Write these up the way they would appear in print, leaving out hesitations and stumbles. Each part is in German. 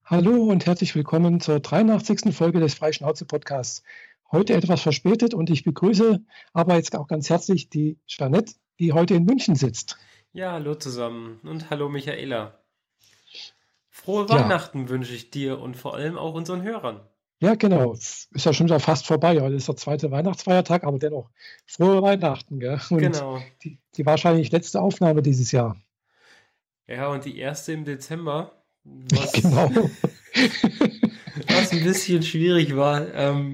Hallo und herzlich willkommen zur 83. Folge des Freischnauze-Podcasts. Heute etwas verspätet und ich begrüße aber jetzt auch ganz herzlich die Jeanette, die heute in München sitzt. Ja, hallo zusammen und hallo Michaela. Frohe Ja, Weihnachten wünsche ich dir und vor allem auch unseren Hörern. ja genau. Ist ja schon wieder fast vorbei. Heute ist der zweite Weihnachtsfeiertag, aber dennoch frohe Weihnachten. Gell? Und Genau. die wahrscheinlich letzte Aufnahme dieses Jahr. Ja, und die erste im Dezember, was, Genau. was ein bisschen schwierig war.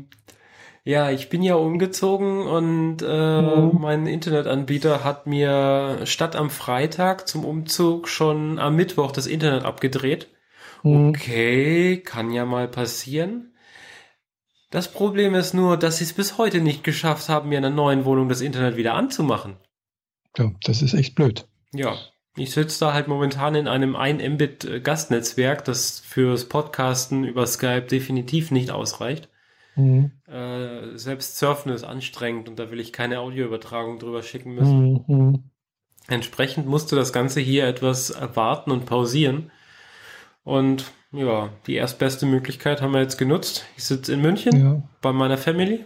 Ja, ich bin ja umgezogen und Mhm. mein Internetanbieter hat mir statt am Freitag zum Umzug schon am Mittwoch das Internet abgedreht. Mhm. Okay, kann ja mal passieren. Das Problem ist nur, dass sie es bis heute nicht geschafft haben, mir in einer neuen Wohnung das Internet wieder anzumachen. Ja, das ist echt blöd. Ja, ich sitze da halt momentan in einem 1 Mbit Gastnetzwerk, das fürs Podcasten über Skype definitiv nicht ausreicht. Mhm. Selbst Surfen ist anstrengend und da will ich keine Audioübertragung drüber schicken müssen. Mhm. Mhm. Entsprechend musste das Ganze hier etwas warten und pausieren. Und ja, die erstbeste Möglichkeit haben wir jetzt genutzt. Ich sitze in München Ja, bei meiner Family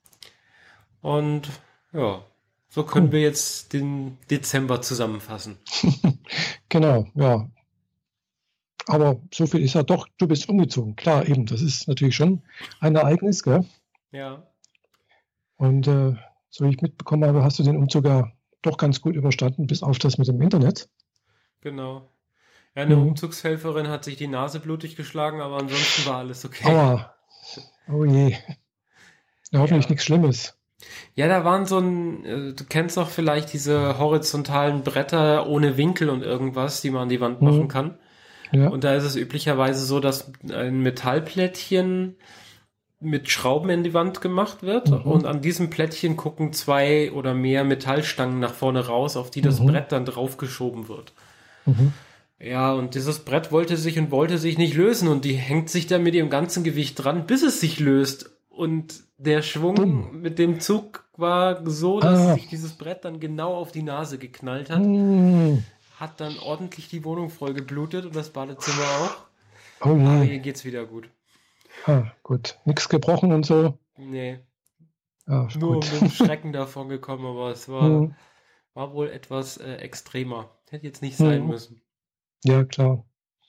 und ja, so können cool. wir jetzt den Dezember zusammenfassen. Genau, ja. Aber so viel ist ja doch, du bist umgezogen. Klar, eben, das ist natürlich schon ein Ereignis, gell? Ja, Und so wie ich mitbekommen habe, hast du den Umzug ja doch ganz gut überstanden, bis auf das mit dem Internet. genau. Ja, eine Mhm. Umzugshelferin hat sich die Nase blutig geschlagen, aber ansonsten war alles okay. Aua, oh je, ja, hoffentlich Ja. nichts Schlimmes. Ja, da waren du kennst doch vielleicht diese horizontalen Bretter ohne Winkel und irgendwas, die man an die Wand machen Mhm. kann. Ja. Und da ist es üblicherweise so, dass ein Metallplättchen mit Schrauben in die Wand gemacht wird und Mhm. an diesem Plättchen gucken zwei oder mehr Metallstangen nach vorne raus, auf die das Mhm. Brett dann draufgeschoben wird. Mhm. Ja, und dieses Brett wollte sich nicht lösen und die hängt sich da mit ihrem ganzen Gewicht dran, bis es sich löst. Und der Bumm. Schwung mit dem Zug war so, dass Ah. sich dieses Brett dann genau auf die Nase geknallt hat. Mhm. Hat dann ordentlich die Wohnung voll geblutet und das Badezimmer auch. Oh Aber je. ihr geht's wieder gut. Ah, gut. Nichts gebrochen und so. Nee, Ja, nur gut. mit dem Schrecken davon gekommen, aber Mhm. war wohl etwas extremer. Hätte jetzt nicht sein Mhm. müssen. Ja, klar.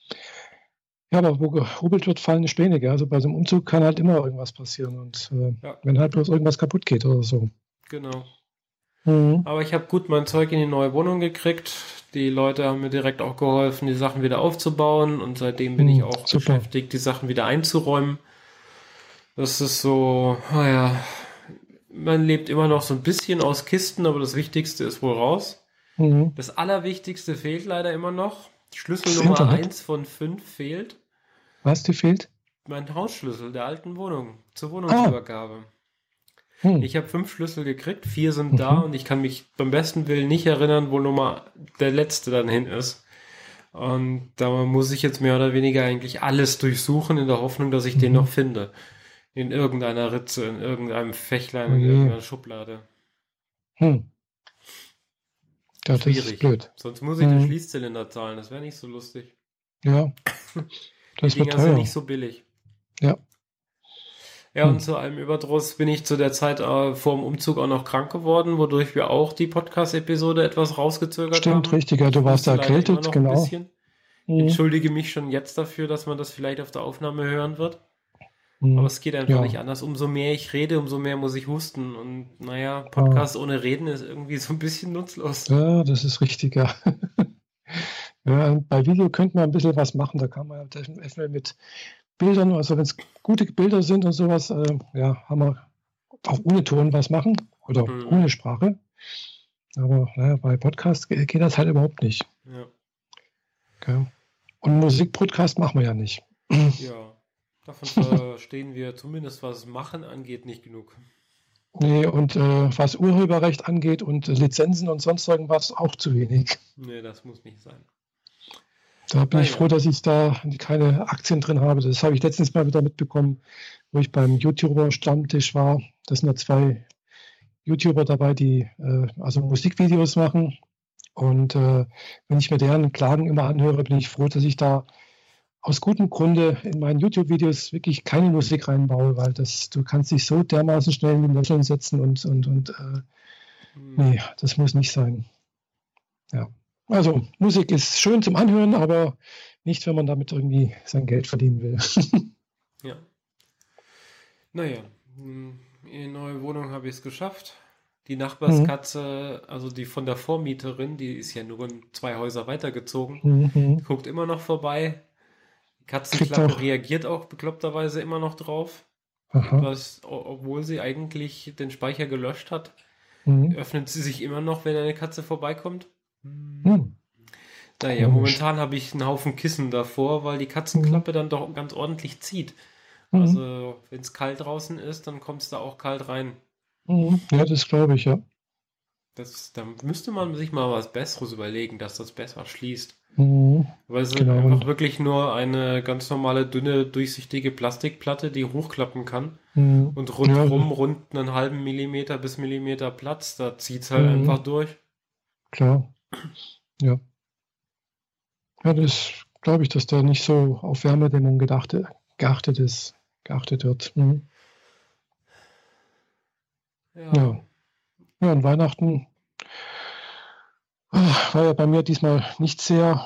Ja, aber wo gehobelt wird, fallen die Späne, gell? Also bei so einem Umzug kann halt immer irgendwas passieren. Und Ja, wenn halt bloß irgendwas kaputt geht oder so. genau. Mhm. Aber ich habe gut mein Zeug in die neue Wohnung gekriegt. Die Leute haben mir direkt auch geholfen, die Sachen wieder aufzubauen. Und seitdem bin ich Mhm. auch Super. beschäftigt, die Sachen wieder einzuräumen. Das ist so, naja, man lebt immer noch so ein bisschen aus Kisten, aber das Wichtigste ist wohl raus. Mhm. Das Allerwichtigste fehlt leider immer noch. Schlüssel Das Nummer Internet, 1 von 5 fehlt. was dir fehlt? Mein Hausschlüssel der alten Wohnung zur Ah, Wohnungsübergabe. hm. Ich habe 5 Schlüssel gekriegt, 4 sind da Mhm. und ich kann mich beim besten Willen nicht erinnern, wo Nummer der letzte dann hin ist. Und da muss ich jetzt mehr oder weniger eigentlich alles durchsuchen in der Hoffnung, dass ich den noch Mhm. finde. In irgendeiner Ritze, in irgendeinem Fächlein, Oh in je. irgendeiner Schublade. Hm. Ja, das ist Schwierig. blöd. Sonst muss ich den Mhm. Schließzylinder zahlen. Das wäre nicht so lustig. Ja, Die das wird Dinger sind teuer. nicht so billig. Ja. Ja, Hm. und zu allem Überdruss bin ich zu der Zeit vor dem Umzug auch noch krank geworden, wodurch wir auch die Podcast-Episode etwas rausgezögert Stimmt, haben. richtig. Ja, du Ich warst huste leider immer erkältet, noch ein genau. bisschen. Mhm. Entschuldige mich schon jetzt dafür, dass man das vielleicht auf der Aufnahme hören wird. Aber Mhm. es geht einfach nicht Ja, anders. Umso mehr ich rede, umso mehr muss ich husten. Und naja, ah. Podcast ohne Reden ist irgendwie so ein bisschen nutzlos. Ja, das ist richtig, ja. Ja, bei Video könnte man ein bisschen was machen. Da kann man ja eventuell mit Bildern, also wenn es gute Bilder sind und sowas, ja, haben wir auch ohne Ton was machen oder Mhm. ohne Sprache. Aber naja, bei Podcast geht das halt überhaupt nicht. Ja. Gell? Und Musikpodcast machen wir ja nicht. Ja. Davon verstehen wir zumindest, was Machen angeht, nicht genug. Nee, und was Urheberrecht angeht und Lizenzen und sonst irgendwas auch zu wenig. Nee, das muss nicht sein. Da bin ich froh, Naja. dass ich da keine Aktien drin habe. Das habe ich letztens mal wieder mitbekommen, wo ich beim YouTuber-Stammtisch war. Da sind ja zwei YouTuber dabei, die also Musikvideos machen. Und wenn ich mir deren Klagen immer anhöre, bin ich froh, dass ich da aus gutem Grunde in meinen YouTube-Videos wirklich keine Musik reinbaue, weil du kannst dich so dermaßen schnell in den Lächeln setzen und nee, das muss nicht sein. Ja. Also Musik ist schön zum Anhören, aber nicht, wenn man damit irgendwie sein Geld verdienen will. Ja. Naja, in die neue Wohnung habe ich es geschafft. Die Nachbarskatze, also die von der Vormieterin, die ist ja nur 2 Häuser weitergezogen, guckt immer noch vorbei. Die Katzenklappe reagiert auch bekloppterweise immer noch drauf. Obwohl sie eigentlich den Speicher gelöscht hat, öffnet sie sich immer noch, wenn eine Katze vorbeikommt. Naja, momentan habe ich einen Haufen Kissen davor, weil die Katzenklappe dann doch ganz ordentlich zieht. Also, wenn es kalt draußen ist, dann kommt es da auch kalt rein. Ja, das glaube ich, ja. Da müsste man sich mal was Besseres überlegen, dass das besser schließt. Mhm. Weil es einfach wirklich nur eine ganz normale, dünne, durchsichtige Plastikplatte, die hochklappen kann. Und rundherum rund einen halben Millimeter bis Millimeter Platz, da zieht es halt einfach durch. Klar, ja. Ja, das glaube ich, dass da nicht so auf Wärmedämmung geachtet wird. Ja. Ja, und Weihnachten war ja bei mir diesmal nicht sehr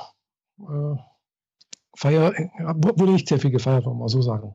wurde nicht sehr viel gefeiert, wollen wir mal so sagen.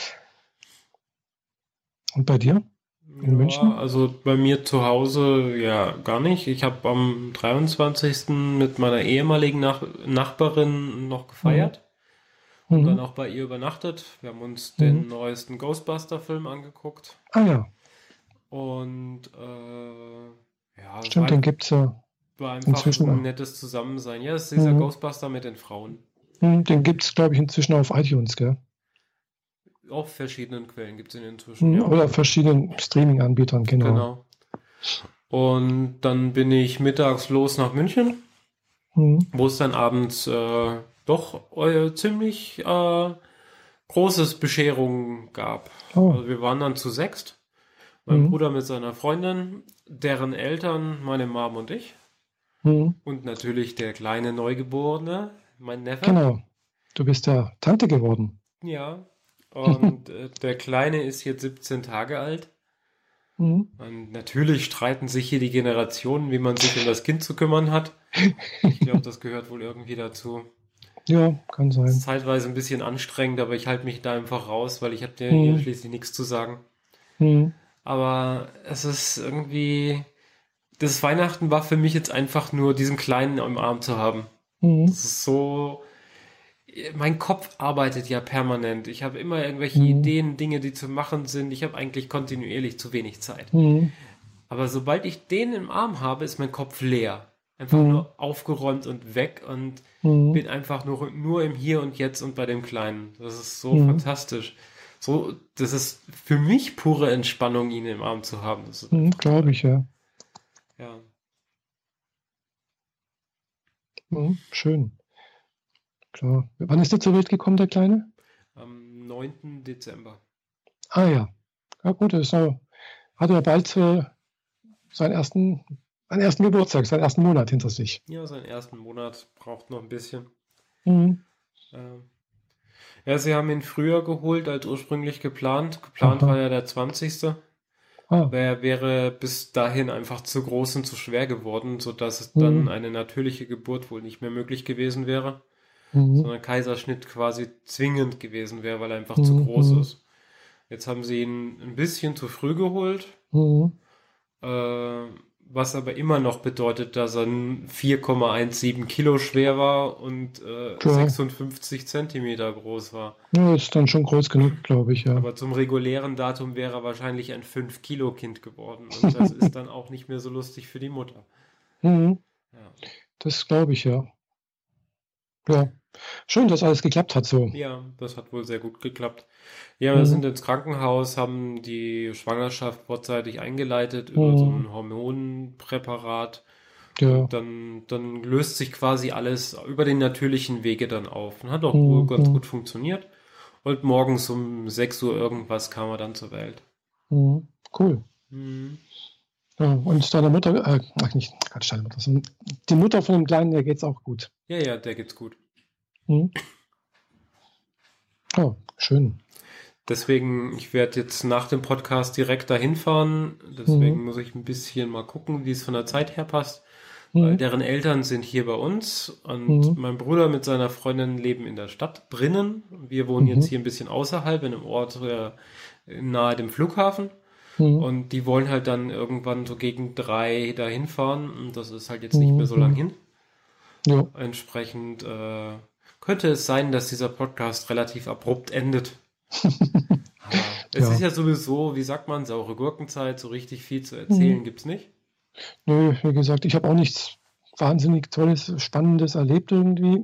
Und bei dir? In München? Also bei mir zu Hause ja gar nicht. Ich habe am 23. mit meiner ehemaligen Nachbarin noch gefeiert und dann auch bei ihr übernachtet. Wir haben uns den neuesten Ghostbuster-Film angeguckt. Ah ja. Und ja, stimmt, den gibt es ja. War einfach ein nettes Zusammensein. Ja, das ist dieser Ghostbuster mit den Frauen. Den gibt es, glaube ich, inzwischen auf iTunes, gell? Auf verschiedenen Quellen gibt es ihn inzwischen. Ja. Oder verschiedenen Streaming-Anbietern, genau. Und dann bin ich mittags los nach München, wo es dann abends doch ziemlich großes Bescherung gab. Also wir waren dann zu 6. Mein Bruder mit seiner Freundin, deren Eltern, meine Mom und ich. Und natürlich der kleine Neugeborene, mein Neffe. Genau. Du bist ja Tante geworden. Ja. Und der Kleine ist jetzt 17 Tage alt. Und natürlich streiten sich hier die Generationen, wie man sich um das Kind zu kümmern hat. Ich glaube, das gehört wohl irgendwie dazu. Ja, kann sein. Ist zeitweise ein bisschen anstrengend, aber ich halte mich da einfach raus, weil ich habe dir hier schließlich nichts zu sagen. Aber es ist irgendwie... Das Weihnachten war für mich jetzt einfach nur, diesen Kleinen im Arm zu haben. Das ist so... Mein Kopf arbeitet ja permanent. Ich habe immer irgendwelche Ideen, Dinge, die zu machen sind. Ich habe eigentlich kontinuierlich zu wenig Zeit. Aber sobald ich den im Arm habe, ist mein Kopf leer. Einfach nur aufgeräumt und weg und bin einfach nur im Hier und Jetzt und bei dem Kleinen. Das ist so fantastisch. So, das ist für mich pure Entspannung, ihn im Arm zu haben. Glaube ich, ja. Ja. Schön. Klar. Wann ist der zur Welt gekommen, der Kleine? Am 9. Dezember. Ah ja. Ja gut, hat er bald seinen ersten Geburtstag, seinen ersten Monat hinter sich. Ja, seinen ersten Monat braucht noch ein bisschen. Ja, sie haben ihn früher geholt als ursprünglich geplant. Geplant war ja der 20. Aber er wäre bis dahin einfach zu groß und zu schwer geworden, sodass es dann eine natürliche Geburt wohl nicht mehr möglich gewesen wäre. Sondern Kaiserschnitt quasi zwingend gewesen wäre, weil er einfach zu groß ist. Jetzt haben sie ihn ein bisschen zu früh geholt, was aber immer noch bedeutet, dass er 4,17 Kilo schwer war und 56 Zentimeter groß war. Ja, ist dann schon groß genug, glaube ich, ja. Aber zum regulären Datum wäre er wahrscheinlich ein 5-Kilo-Kind geworden. Und das ist dann auch nicht mehr so lustig für die Mutter. Ja. Das glaube ich, ja. Ja. Schön, dass alles geklappt hat so. Ja, das hat wohl sehr gut geklappt. Ja, wir sind ins Krankenhaus, haben die Schwangerschaft vorzeitig eingeleitet über so ein Hormonpräparat. Ja. Und dann löst sich quasi alles über den natürlichen Wege dann auf. Und hat auch ganz gut funktioniert. Und morgens um 6 Uhr irgendwas kam er dann zur Welt. Cool. Ja, und deine Mutter, nicht deine Mutter, sondern die Mutter von dem Kleinen, der geht's auch gut. Ja, der geht's gut. Oh, schön. Deswegen, ich werde jetzt nach dem Podcast direkt dahin fahren. Deswegen muss ich ein bisschen mal gucken, wie es von der Zeit her passt. Weil deren Eltern sind hier bei uns und mein Bruder mit seiner Freundin leben in der Stadt drinnen. Wir wohnen jetzt hier ein bisschen außerhalb, in einem Ort nahe dem Flughafen. Und die wollen halt dann irgendwann so gegen 3 dahin fahren. Und das ist halt jetzt nicht mehr so lang hin. Ja. Entsprechend könnte es sein, dass dieser Podcast relativ abrupt endet. Aber es ist ja sowieso, wie sagt man, saure Gurkenzeit, so richtig viel zu erzählen gibt's nicht. Nö, wie gesagt, ich habe auch nichts wahnsinnig Tolles, Spannendes erlebt irgendwie.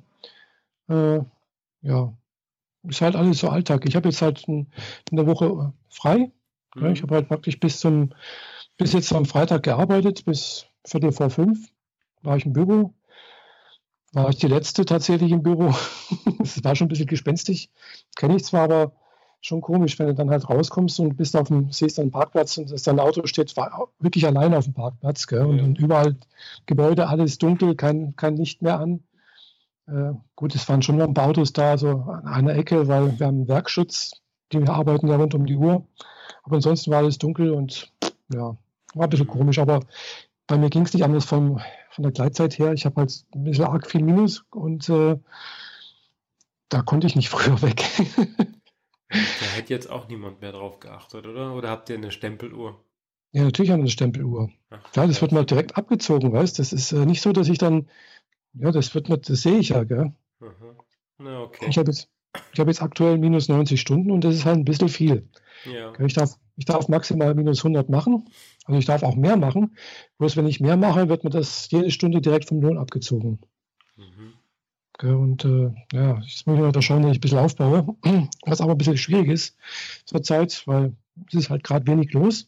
Ist halt alles so Alltag. Ich habe jetzt halt in der Woche frei. Ja, ich habe halt praktisch bis jetzt am Freitag gearbeitet, bis 4:45 war ich im Büro. War ich die Letzte tatsächlich im Büro. Das war schon ein bisschen gespenstig. Kenne ich zwar, aber schon komisch, wenn du dann halt rauskommst und siehst dann einen Parkplatz und dein Auto steht wirklich allein auf dem Parkplatz. Gell? Und überall Gebäude, alles dunkel, kein Licht mehr an. Gut, es waren schon noch ein paar Autos da, so an einer Ecke, weil wir haben Werkschutz, wir arbeiten ja rund um die Uhr. Aber ansonsten war alles dunkel und ja, war ein bisschen komisch. Aber bei mir ging es nicht anders von der Gleitzeit her. Ich habe halt ein bisschen arg viel Minus und da konnte ich nicht früher weg. Da hätte jetzt auch niemand mehr drauf geachtet, oder? Oder habt ihr eine Stempeluhr? Ja, natürlich haben wir eine Stempeluhr. Klar, das wird mal direkt abgezogen, weißt du? Das ist nicht so, dass ich dann, das sehe ich ja, gell? Na, okay. Ich habe jetzt aktuell minus 90 Stunden und das ist halt ein bisschen viel. Ja. Ich darf maximal minus 100 machen. Also ich darf auch mehr machen. Bloß wenn ich mehr mache, wird mir das jede Stunde direkt vom Lohn abgezogen. Und jetzt muss ich mal da schauen, dass ich ein bisschen aufbaue. Was aber ein bisschen schwierig ist zurzeit, weil es ist halt gerade wenig los.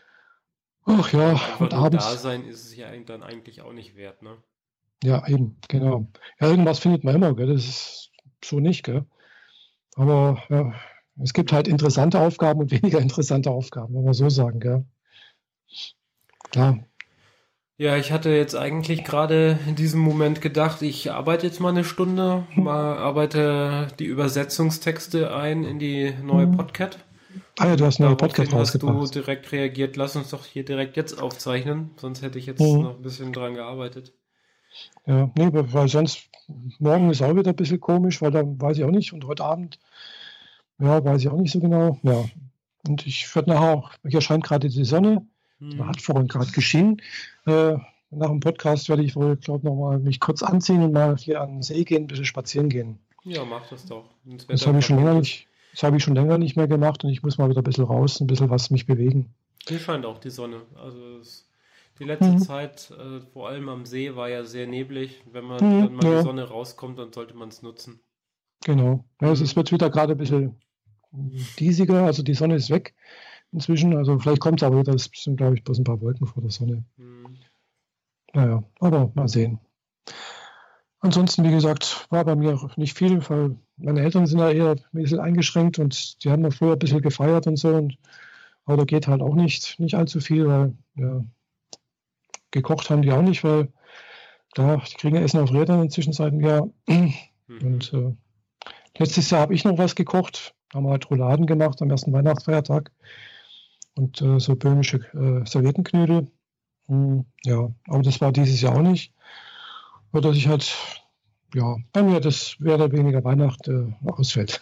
Ach ja, und abends. Da sein ist es ja dann eigentlich auch nicht wert, ne? Ja, eben, genau. Ja, irgendwas findet man immer, gell? Das ist so nicht, gell? Aber ja, es gibt halt interessante Aufgaben und weniger interessante Aufgaben, wenn wir so sagen, gell? Klar. Ja, ich hatte jetzt eigentlich gerade in diesem Moment gedacht, ich arbeite jetzt mal eine Stunde, arbeite die Übersetzungstexte ein in die neue Podcast. Ah ja, du hast einen neuen Podcast rausgebracht. Hast du direkt reagiert, lass uns doch hier direkt jetzt aufzeichnen, sonst hätte ich jetzt noch ein bisschen dran gearbeitet. Ja, nee, weil sonst, morgen ist auch wieder ein bisschen komisch, weil da weiß ich auch nicht und heute Abend, weiß ich auch nicht so genau. Ja, und ich werde nachher auch, hier scheint gerade die Sonne, hat vorhin gerade geschienen. Nach dem Podcast werde ich wohl, glaube ich, nochmal mich kurz anziehen und mal hier an den See gehen, ein bisschen spazieren gehen. Ja, mach das doch. Das habe ich schon länger nicht mehr gemacht und ich muss mal wieder ein bisschen raus, ein bisschen was mich bewegen. Hier scheint auch die Sonne. Also die letzte Zeit, vor allem am See, war ja sehr neblig. Wenn man dann mal die Sonne rauskommt, dann sollte man es nutzen. Genau. Ja, es wird wieder gerade ein bisschen diesiger, also die Sonne ist weg inzwischen. Also vielleicht kommt es aber wieder, es sind, glaube ich, bloß ein paar Wolken vor der Sonne. Naja, aber mal sehen. Ansonsten, wie gesagt, war bei mir nicht viel, weil meine Eltern sind ja eher ein bisschen eingeschränkt und die haben ja früher ein bisschen gefeiert und so. Aber da geht halt auch nicht allzu viel, weil gekocht haben die auch nicht, weil die kriegen ja Essen auf Rädern inzwischen seit einem Jahr. Und letztes Jahr habe ich noch was gekocht, haben wir halt Rouladen gemacht am ersten Weihnachtsfeiertag und so böhmische Serviettenknödel. Aber das war dieses Jahr auch nicht. Oder dass ich halt, bei mir das mehr oder weniger Weihnachten ausfällt.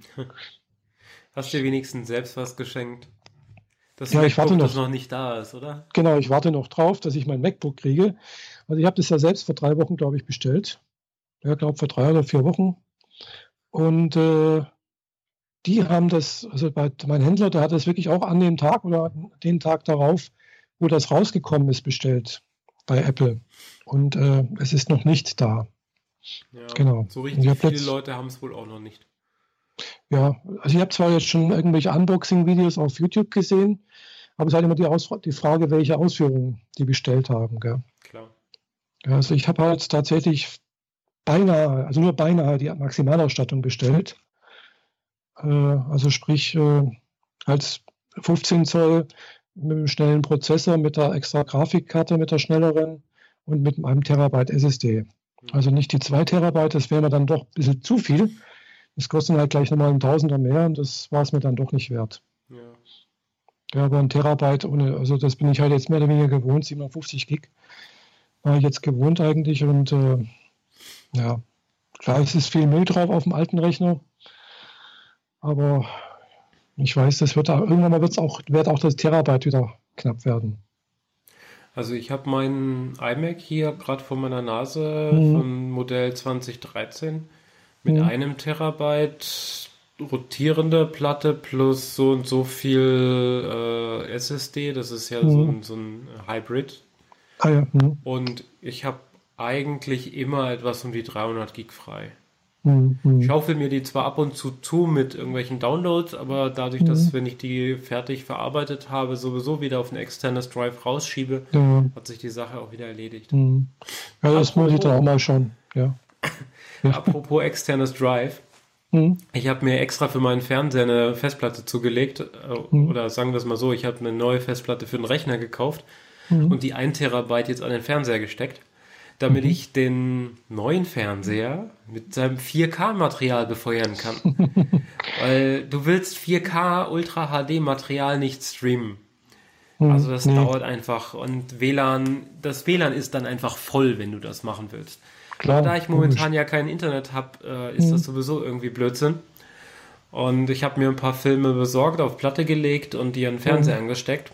Hast dir wenigstens selbst was geschenkt? Das MacBook, das noch nicht da ist, oder? Genau, ich warte noch drauf, dass ich mein MacBook kriege. Also ich habe das ja selbst vor 3 Wochen, glaube ich, bestellt. Ja, glaube vor 3 oder 4 Wochen. Und die haben das, also mein Händler, der hat das wirklich auch an dem Tag oder den Tag darauf, wo das rausgekommen ist, bestellt bei Apple. Und es ist noch nicht da. Ja, genau. So richtig viele Leute haben es wohl auch noch nicht. Ja, also ich habe zwar jetzt schon irgendwelche Unboxing-Videos auf YouTube gesehen, aber es ist halt immer die Frage, welche Ausführungen die bestellt haben. Gell? Klar. Ja, also ich habe halt tatsächlich nur beinahe die Maximalausstattung bestellt. Also sprich als 15 Zoll mit einem schnellen Prozessor, mit der extra Grafikkarte, mit der schnelleren und mit einem Terabyte SSD. Also nicht die 2 Terabyte, das wäre mir dann doch ein bisschen zu viel. Das kostet halt gleich nochmal ein Tausender mehr und das war es mir dann doch nicht wert. Ja. Ja, aber ein Terabyte ohne, also das bin ich halt jetzt mehr oder weniger gewohnt, 57 Gig war ich jetzt gewohnt eigentlich und ja, klar, es ist viel Müll drauf auf dem alten Rechner, aber ich weiß, das wird irgendwann mal wird auch das Terabyte wieder knapp werden. Also ich habe meinen iMac hier gerade vor meiner Nase von Modell 2013 mit einem Terabyte rotierende Platte plus so und so viel SSD. Das ist ja so ein Hybrid. Ah, ja. Und ich habe eigentlich immer etwas um die 300 Gig frei. Ich schaufel mir die zwar ab und zu mit irgendwelchen Downloads, aber dadurch, dass wenn ich die fertig verarbeitet habe, sowieso wieder auf ein externes Drive rausschiebe, hat sich die Sache auch wieder erledigt. Ja, das muss ich dann auch mal schauen. Ja. Apropos externes Drive. Ich habe mir extra für meinen Fernseher eine Festplatte zugelegt, oder sagen wir es mal so, ich habe eine neue Festplatte für den Rechner gekauft und die 1 Terabyte jetzt an den Fernseher gesteckt, damit ich den neuen Fernseher mit seinem 4K-Material befeuern kann. Weil du willst 4K Ultra HD-Material nicht streamen. Also das dauert einfach und das WLAN ist dann einfach voll, wenn du das machen willst. Klar, aber da ich momentan ja kein Internet habe, ist das sowieso irgendwie Blödsinn. Und ich habe mir ein paar Filme besorgt, auf Platte gelegt und die an den Fernseher angesteckt.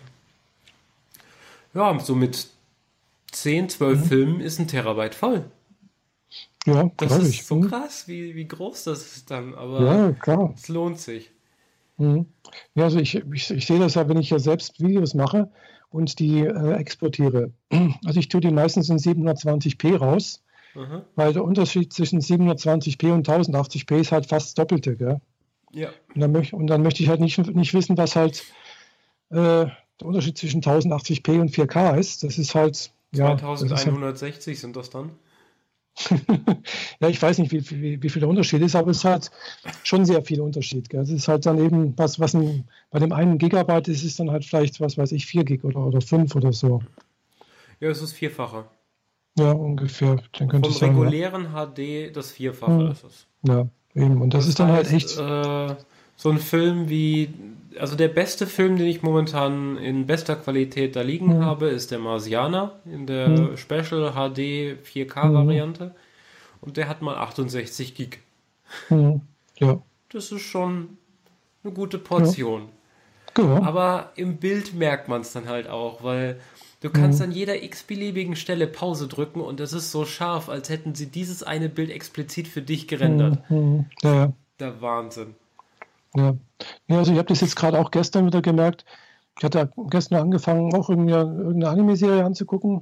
Ja, so mit 10, 12 Filmen ist ein Terabyte voll. Ja, das ist so krass, wie groß das ist dann. Aber ja, klar. Es lohnt sich. Ja, also ich sehe das ja, wenn ich ja selbst Videos mache und die exportiere. Also ich tue die meistens in 720p raus, weil der Unterschied zwischen 720p und 1080p ist halt fast das Doppelte. Gell? Ja. Und dann möchte ich halt nicht wissen, was halt der Unterschied zwischen 1080p und 4K ist. Das ist halt... 2160 sind das dann? Ja, ich weiß nicht, wie viel der Unterschied ist, aber es ist halt schon sehr viel Unterschied. Gell? Es ist halt dann eben, bei dem einen Gigabyte ist es dann halt vielleicht, was weiß ich, 4 Gig oder 5 oder so. Ja, es ist Vierfache. Ja, ungefähr. Dann könnte Vom regulären HD das Vierfache ist es. Ja, eben. Und das ist dann halt echt... so ein Film also der beste Film, den ich momentan in bester Qualität da liegen habe, ist der Marsianer in der Special HD 4K Variante und der hat mal 68 Gig. Ja. Das ist schon eine gute Portion. Ja. Aber im Bild merkt man es dann halt auch, weil du kannst an jeder x-beliebigen Stelle Pause drücken und es ist so scharf, als hätten sie dieses eine Bild explizit für dich gerendert. Ja. Der Wahnsinn. Ja, also ich habe das jetzt gerade auch gestern wieder gemerkt. Ich hatte gestern angefangen, auch irgendeine Anime-Serie anzugucken.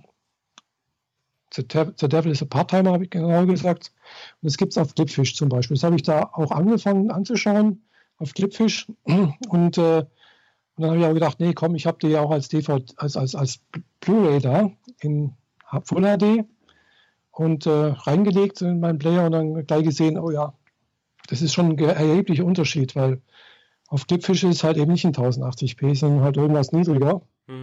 The Devil is a Part-Timer, habe ich genau gesagt. Und das gibt es auf Clipfish zum Beispiel. Das habe ich da auch angefangen anzuschauen, auf Clipfish. Und dann habe ich auch gedacht, nee, komm, ich habe die ja auch als DVD, als Blu-ray da in Full HD und reingelegt in meinen Player und dann gleich gesehen, oh ja, das ist schon ein erheblicher Unterschied, weil auf Clipfish ist es halt eben nicht in 1080p, sondern halt irgendwas niedriger.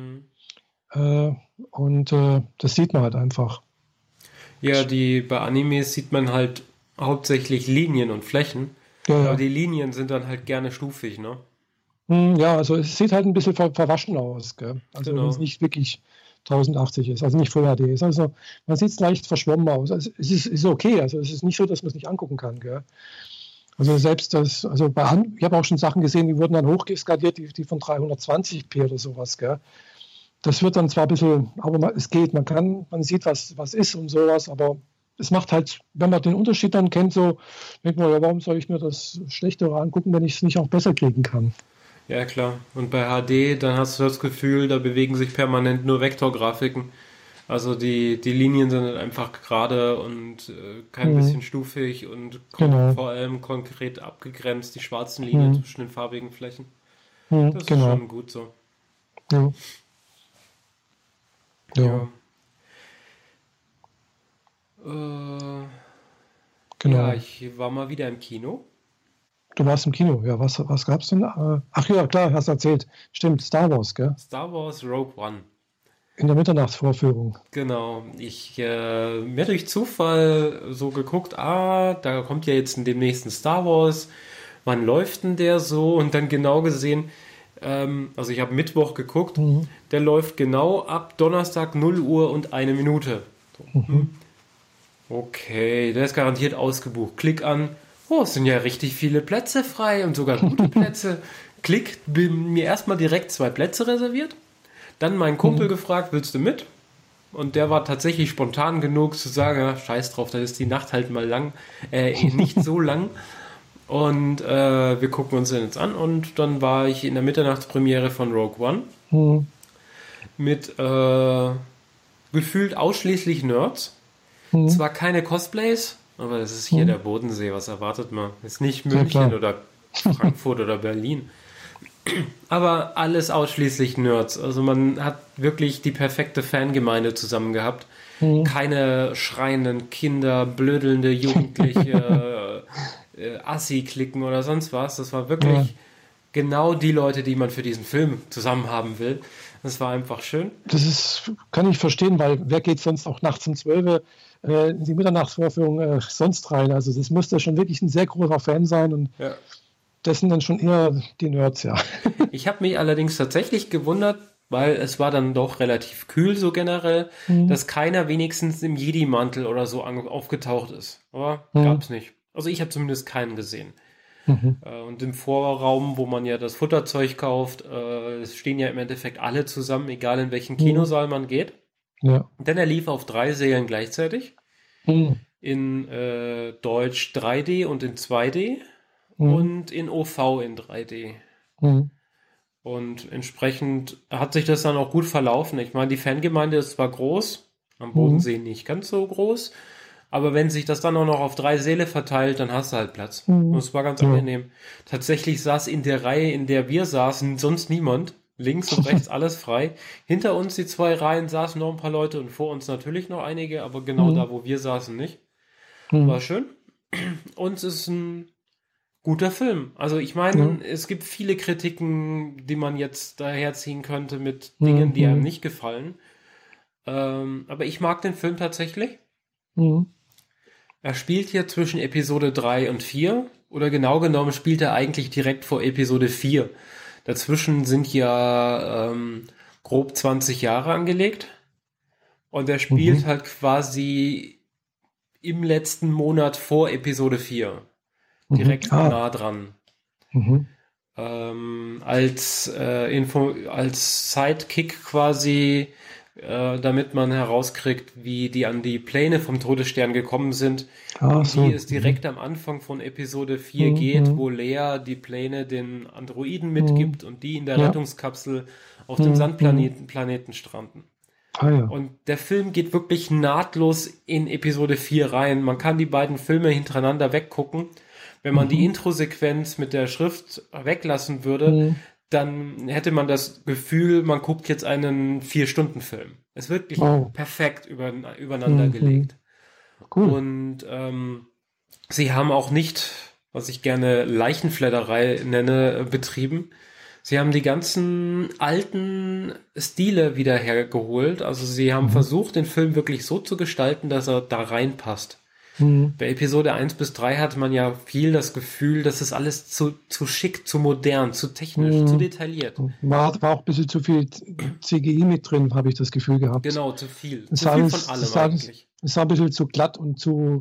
Und das sieht man halt einfach. Ja, bei Animes sieht man halt hauptsächlich Linien und Flächen. Ja. Aber die Linien sind dann halt gerne stufig, ne? Ja, also es sieht halt ein bisschen verwaschen aus, gell? Also wenn es nicht wirklich 1080 ist, also nicht Full HD ist. Also man sieht es leicht verschwommen aus. Also es ist okay, also es ist nicht so, dass man es nicht angucken kann, gell? Also selbst ich habe auch schon Sachen gesehen, die wurden dann hochgeskaliert, die von 320p oder sowas, gell? Das wird dann zwar ein bisschen, aber es geht, man sieht, was ist und sowas, aber es macht halt, wenn man den Unterschied dann kennt, so denkt man, ja, warum soll ich mir das Schlechtere angucken, wenn ich es nicht auch besser kriegen kann? Ja, klar. Und bei HD, dann hast du das Gefühl, da bewegen sich permanent nur Vektorgrafiken. Also die Linien sind halt einfach gerade und kein bisschen stufig und vor allem konkret abgegrenzt, die schwarzen Linien zwischen den farbigen Flächen. Das ist schon gut so. Ja. Ja, ich war mal wieder im Kino. Du warst im Kino, ja. Was gab's denn? Ach ja, klar, hast erzählt. Stimmt, Star Wars, gell? Star Wars Rogue One. In der Mitternachtsvorführung. Genau. Ich mir durch Zufall so geguckt, da kommt ja jetzt in dem nächsten Star Wars. Wann läuft denn der so? Und dann genau gesehen, also ich habe Mittwoch geguckt, der läuft genau ab Donnerstag 0 Uhr und 1 Minute. So. Okay, der ist garantiert ausgebucht. Klick an. Oh, es sind ja richtig viele Plätze frei und sogar gute Plätze. Klick, bin mir erstmal direkt 2 Plätze reserviert. Dann meinen Kumpel gefragt, willst du mit? Und der war tatsächlich spontan genug zu sagen, ja, scheiß drauf, dann ist die Nacht halt mal lang, nicht so lang. Und wir gucken uns den jetzt an. Und dann war ich in der Mitternachtspremiere von Rogue One mit gefühlt ausschließlich Nerds. Zwar keine Cosplays, aber das ist hier der Bodensee, was erwartet man? Ist nicht München oder Frankfurt oder Berlin. Aber alles ausschließlich Nerds. Also man hat wirklich die perfekte Fangemeinde zusammen gehabt. Keine schreienden Kinder, blödelnde Jugendliche, Assi-Klicken oder sonst was. Das war wirklich genau die Leute, die man für diesen Film zusammen haben will. Das war einfach schön. Kann ich verstehen, weil wer geht sonst auch nachts um 12 in die Mitternachtsvorführung sonst rein? Also das musste schon wirklich ein sehr großer Fan sein und das sind dann schon eher die Nerds, ja. Ich habe mich allerdings tatsächlich gewundert, weil es war dann doch relativ kühl so generell, dass keiner wenigstens im Jedi-Mantel oder so aufgetaucht ist. Aber gab's nicht. Also ich habe zumindest keinen gesehen. Und im Vorraum, wo man ja das Futterzeug kauft, es stehen ja im Endeffekt alle zusammen, egal in welchen Kinosaal man geht. Ja. Denn er lief auf 3 Sälen gleichzeitig. In Deutsch 3D und in 2D. Und in OV in 3D. Und entsprechend hat sich das dann auch gut verlaufen. Ich meine, die Fangemeinde ist zwar groß, am Bodensee nicht ganz so groß, aber wenn sich das dann auch noch auf 3 Säle verteilt, dann hast du halt Platz. Und es war ganz angenehm. Tatsächlich saß in der Reihe, in der wir saßen, sonst niemand. Links und rechts alles frei. Hinter uns die 2 Reihen saßen noch ein paar Leute und vor uns natürlich noch einige, aber genau da, wo wir saßen, nicht. War schön. Und es ist ein guter Film. Also ich meine, es gibt viele Kritiken, die man jetzt daherziehen könnte mit Dingen, die einem nicht gefallen. Aber ich mag den Film tatsächlich. Er spielt hier zwischen Episode 3 und 4. Oder genau genommen spielt er eigentlich direkt vor Episode 4. Dazwischen sind ja grob 20 Jahre angelegt. Und er spielt halt quasi im letzten Monat vor Episode 4. Direkt nah dran. Als Sidekick quasi, damit man herauskriegt, wie die an die Pläne vom Todesstern gekommen sind. Wie es direkt am Anfang von Episode 4 geht, wo Lea die Pläne den Androiden mitgibt und die in der Rettungskapsel auf dem Sandplaneten stranden. Und der Film geht wirklich nahtlos in Episode 4 rein. Man kann die beiden Filme hintereinander weggucken. Wenn man die Intro-Sequenz mit der Schrift weglassen würde, dann hätte man das Gefühl, man guckt jetzt einen 4-Stunden-Film. Es ist wirklich perfekt übereinander gelegt. Cool. Und sie haben auch nicht, was ich gerne Leichenfledderei nenne, betrieben. Sie haben die ganzen alten Stile wieder hergeholt. Also sie haben versucht, den Film wirklich so zu gestalten, dass er da reinpasst. Bei Episode 1 bis 3 hatte man ja viel das Gefühl, dass es alles zu schick, zu modern, zu technisch, zu detailliert. War auch ein bisschen zu viel CGI mit drin, habe ich das Gefühl gehabt. Genau, zu viel. Zu viel von allem eigentlich. Es sah ein bisschen zu glatt und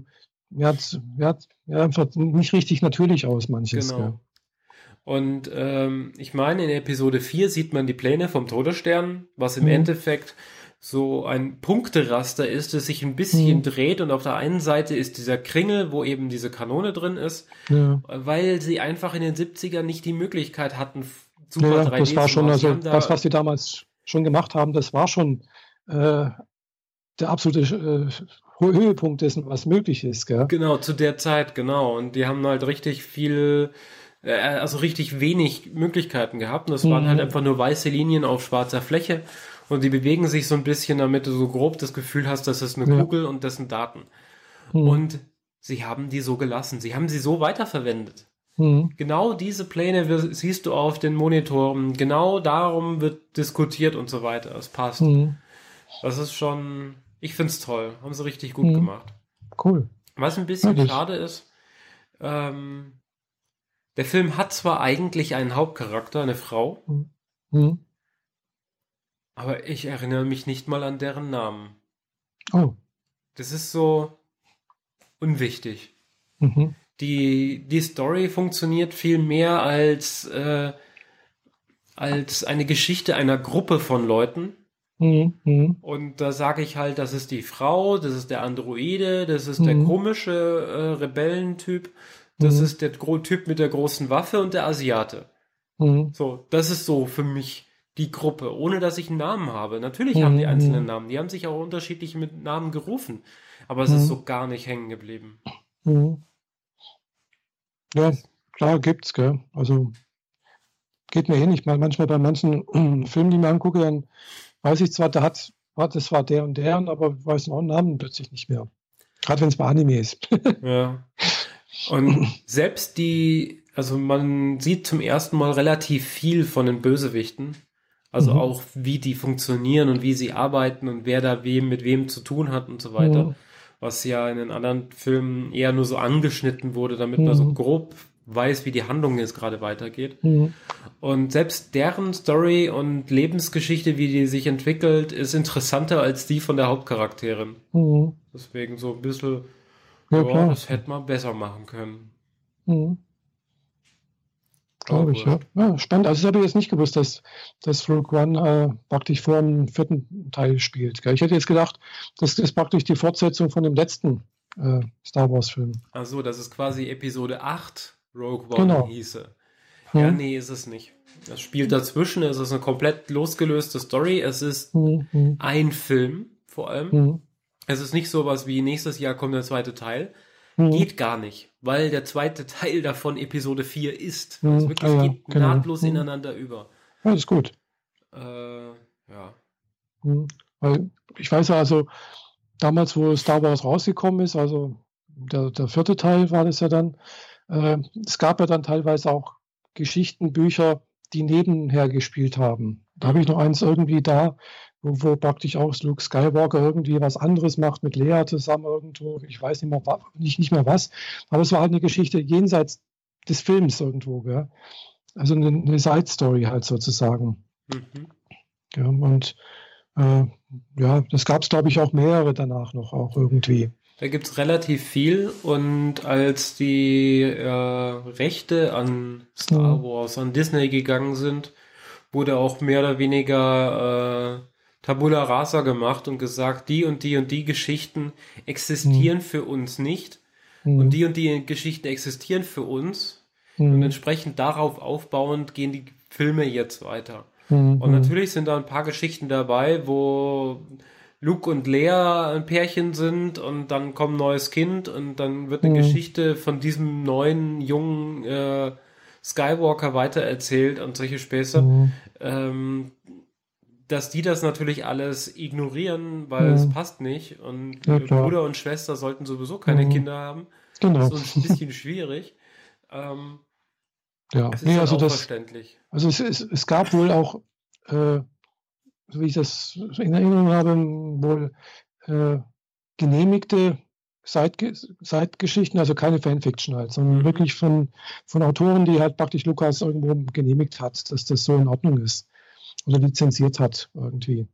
einfach nicht richtig natürlich aus, manches. Genau. Ja. Und ich meine, in Episode 4 sieht man die Pläne vom Todesstern, was im Endeffekt so ein Punkteraster ist, das sich ein bisschen dreht und auf der einen Seite ist dieser Kringel, wo eben diese Kanone drin ist, weil sie einfach in den 70ern nicht die Möglichkeit hatten, super 3D das war schon, also das, was sie damals schon gemacht haben, das war schon der absolute Höhepunkt dessen, was möglich ist. Gell? Genau, zu der Zeit, genau. Und die haben halt richtig viel, also richtig wenig Möglichkeiten gehabt und das waren halt einfach nur weiße Linien auf schwarzer Fläche. Und die bewegen sich so ein bisschen, damit du so grob das Gefühl hast, das ist eine Kugel und das sind Daten. Und sie haben die so gelassen. Sie haben sie so weiterverwendet. Genau diese Pläne siehst du auf den Monitoren. Genau darum wird diskutiert und so weiter. Es passt. Das ist schon, ich finde es toll. Haben sie richtig gut gemacht. Cool. Was ein bisschen schade ist, der Film hat zwar eigentlich einen Hauptcharakter, eine Frau, aber ich erinnere mich nicht mal an deren Namen. Oh. Das ist so unwichtig. Die Story funktioniert viel mehr als eine Geschichte einer Gruppe von Leuten. Und da sage ich halt, das ist die Frau, das ist der Androide, das ist der komische Rebellentyp, das ist der Typ mit der großen Waffe und der Asiate. So, das ist so für mich die Gruppe, ohne dass ich einen Namen habe. Natürlich haben die einzelnen Namen, die haben sich auch unterschiedlich mit Namen gerufen, aber es ist so gar nicht hängen geblieben. Ja, klar gibt's, gell? Also geht mir ähnlich. Manchmal bei manchen Filmen, die ich mir angucke, dann weiß ich zwar, das war der und der, aber weiß noch einen Namen plötzlich nicht mehr. Gerade wenn es bei Anime ist. Ja. Und selbst also man sieht zum ersten Mal relativ viel von den Bösewichten. Also auch, wie die funktionieren und wie sie arbeiten und wer da mit wem zu tun hat und so weiter. Was ja in den anderen Filmen eher nur so angeschnitten wurde, damit man so grob weiß, wie die Handlung jetzt gerade weitergeht. Und selbst deren Story und Lebensgeschichte, wie die sich entwickelt, ist interessanter als die von der Hauptcharakterin. Deswegen so ein bisschen, ja, das hätte man besser machen können. Glaube ich, ja. Ja. Spannend. Also das habe ich jetzt nicht gewusst, dass Rogue One praktisch vor dem 4. Teil spielt. Gell? Ich hätte jetzt gedacht, das ist praktisch die Fortsetzung von dem letzten Star Wars-Film. Ach so, das ist quasi Episode 8 Rogue One hieße. Ja, nee, ist es nicht. Das spielt dazwischen, es ist eine komplett losgelöste Story. Es ist ein Film, vor allem. Es ist nicht sowas wie nächstes Jahr kommt der zweite Teil. Geht gar nicht, weil der zweite Teil davon Episode 4 ist. Es wirklich geht nahtlos ineinander über. Ja, das ist gut. Ja. Weil ich weiß ja, also damals, wo Star Wars rausgekommen ist, also der 4. Teil war das ja dann, es gab ja dann teilweise auch Geschichten, Bücher, die nebenher gespielt haben. Da habe ich noch eins irgendwie da, wo praktisch auch Luke Skywalker irgendwie was anderes macht mit Leia zusammen irgendwo. Ich weiß nicht mehr was, aber es war halt eine Geschichte jenseits des Films irgendwo. Gell? Also eine Side-Story halt sozusagen. Ja, und das gab es, glaube ich, auch mehrere danach noch auch irgendwie. Da gibt es relativ viel und als die Rechte an Star Wars, an Disney gegangen sind, wurde auch mehr oder weniger Tabula Rasa gemacht und gesagt, die und die und die Geschichten existieren für uns nicht und die Geschichten existieren für uns und entsprechend darauf aufbauend gehen die Filme jetzt weiter. Und natürlich sind da ein paar Geschichten dabei, wo Luke und Leia ein Pärchen sind und dann kommt ein neues Kind und dann wird eine Geschichte von diesem neuen, jungen Skywalker weitererzählt und solche Späße. Dass die das natürlich alles ignorieren, weil es passt nicht und Bruder und Schwester sollten sowieso keine Kinder haben. Genau. Das ist ein bisschen schwierig. Es ist also auch verständlich. Also es gab wohl auch, wie ich das in Erinnerung habe, wohl genehmigte Side-Geschichten, also keine Fanfiction halt, sondern wirklich von Autoren, die halt praktisch Lucas irgendwo genehmigt hat, dass das so in Ordnung ist oder lizenziert hat irgendwie.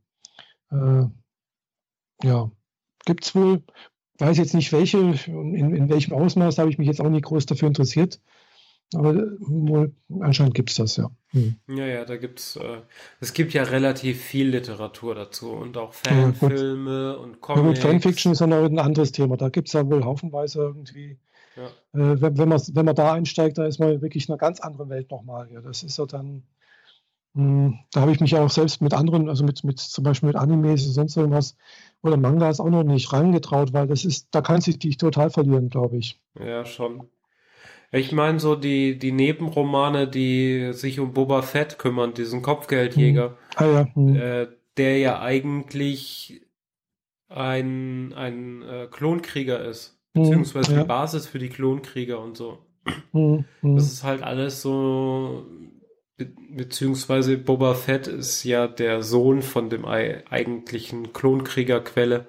Gibt es wohl, weiß jetzt nicht welche, in welchem Ausmaß, habe ich mich jetzt auch nicht groß dafür interessiert. Aber wohl, anscheinend gibt es das, ja. Ja, da es gibt ja relativ viel Literatur dazu und auch Fanfilme und Comics. Ja, gut, Fanfiction ist ja noch ein anderes Thema. Da gibt es ja wohl haufenweise irgendwie. Ja. Wenn man da einsteigt, da ist man wirklich in einer ganz anderen Welt nochmal. Ja, das ist ja dann, da habe ich mich auch selbst mit anderen, also mit zum Beispiel mit Animes und sonst irgendwas oder Mangas auch noch nicht reingetraut, weil da kann sich dich total verlieren, glaube ich. Ja, schon. Ich meine so die Nebenromane, die sich um Boba Fett kümmern, diesen Kopfgeldjäger, der ja eigentlich ein Klonkrieger ist, beziehungsweise die Basis für die Klonkrieger und so. Das ist halt alles so beziehungsweise Boba Fett ist ja der Sohn von dem eigentlichen Klonkrieger-Quelle.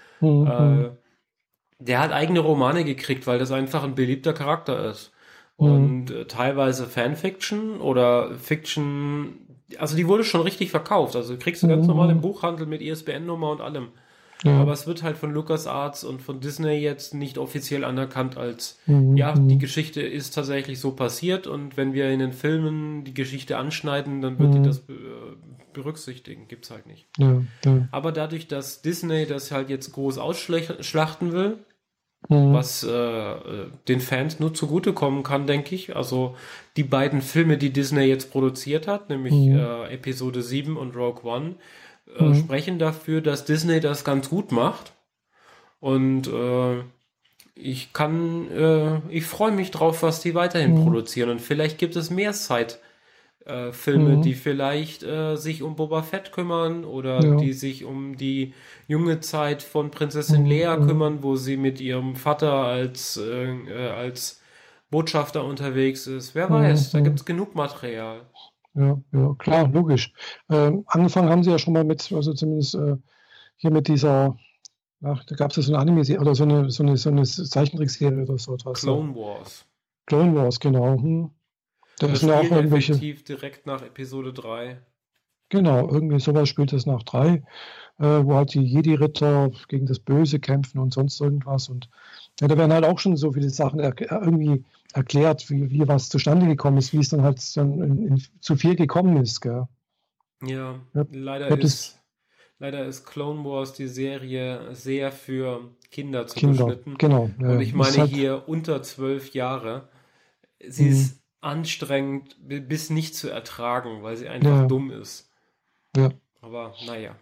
Der hat eigene Romane gekriegt, weil das einfach ein beliebter Charakter ist. Und teilweise Fanfiction oder Fiction, also die wurde schon richtig verkauft. Also kriegst du ganz normal im Buchhandel mit ISBN-Nummer und allem. Ja. Aber es wird halt von LucasArts und von Disney jetzt nicht offiziell anerkannt als, die Geschichte ist tatsächlich so passiert und wenn wir in den Filmen die Geschichte anschneiden, dann wird die das berücksichtigen. Gibt's halt nicht. Ja. Aber dadurch, dass Disney das halt jetzt groß ausschlachten will, was den Fans nur zugutekommen kann, denke ich. Also die beiden Filme, die Disney jetzt produziert hat, nämlich Episode 7 und Rogue One, sprechen dafür, dass Disney das ganz gut macht. Und ich freue mich drauf, was die weiterhin produzieren. Und vielleicht gibt es mehr Side-Filme, die vielleicht sich um Boba Fett kümmern oder die sich um die junge Zeit von Prinzessin Leia kümmern, wo sie mit ihrem Vater als Botschafter unterwegs ist. Wer weiß, da gibt es genug Material. Ja, klar, logisch. Angefangen haben sie ja schon mal mit, also zumindest hier mit dieser, da gab es ja so eine Anime-Serie oder so eine Zeichentrickserie oder so etwas. Clone Wars. Clone Wars, genau. Das sind auch irgendwelche direkt nach Episode 3. Genau, irgendwie sowas spielt das nach 3, wo halt die Jedi-Ritter gegen das Böse kämpfen und sonst irgendwas. Und da werden halt auch schon so viele Sachen irgendwie erklärt, wie was zustande gekommen ist, wie es dann halt zu viel gekommen ist. Gell? Ja, leider ist Clone Wars die Serie sehr für Kinder zugeschnitten. Genau. Und ich meine halt hier unter 12 Jahre. Sie ist anstrengend bis nicht zu ertragen, weil sie einfach dumm ist. Ja. Aber naja.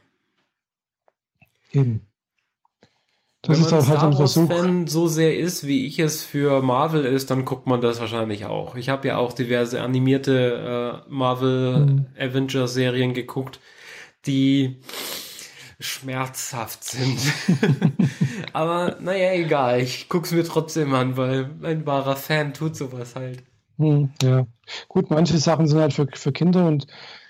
Eben. Das Wenn man ist Star Wars-Fan so sehr ist, wie ich es für Marvel ist, dann guckt man das wahrscheinlich auch. Ich habe ja auch diverse animierte Marvel-Avenger-Serien geguckt, die schmerzhaft sind. Aber naja, egal. Ich guck's mir trotzdem an, weil ein wahrer Fan tut sowas halt. Ja, gut, manche Sachen sind halt für Kinder und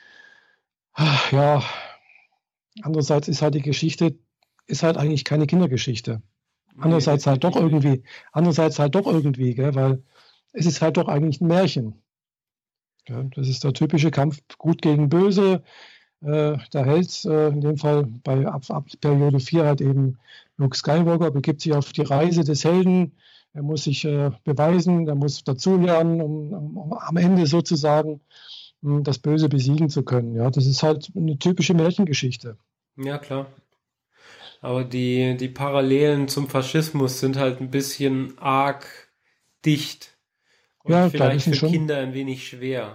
ja, andererseits ist halt die Geschichte ist halt eigentlich keine Kindergeschichte. Andererseits halt doch irgendwie, gell, weil es ist halt doch eigentlich ein Märchen. Ja, das ist der typische Kampf gut gegen böse. Der Held, in dem Fall ab Periode 4 halt eben Luke Skywalker, begibt sich auf die Reise des Helden. Er muss sich beweisen, er muss dazulernen, um am Ende sozusagen das Böse besiegen zu können. Ja, das ist halt eine typische Märchengeschichte. Ja, klar. Aber die Parallelen zum Faschismus sind halt ein bisschen arg dicht. Und ja, vielleicht für Kinder ein wenig schwer.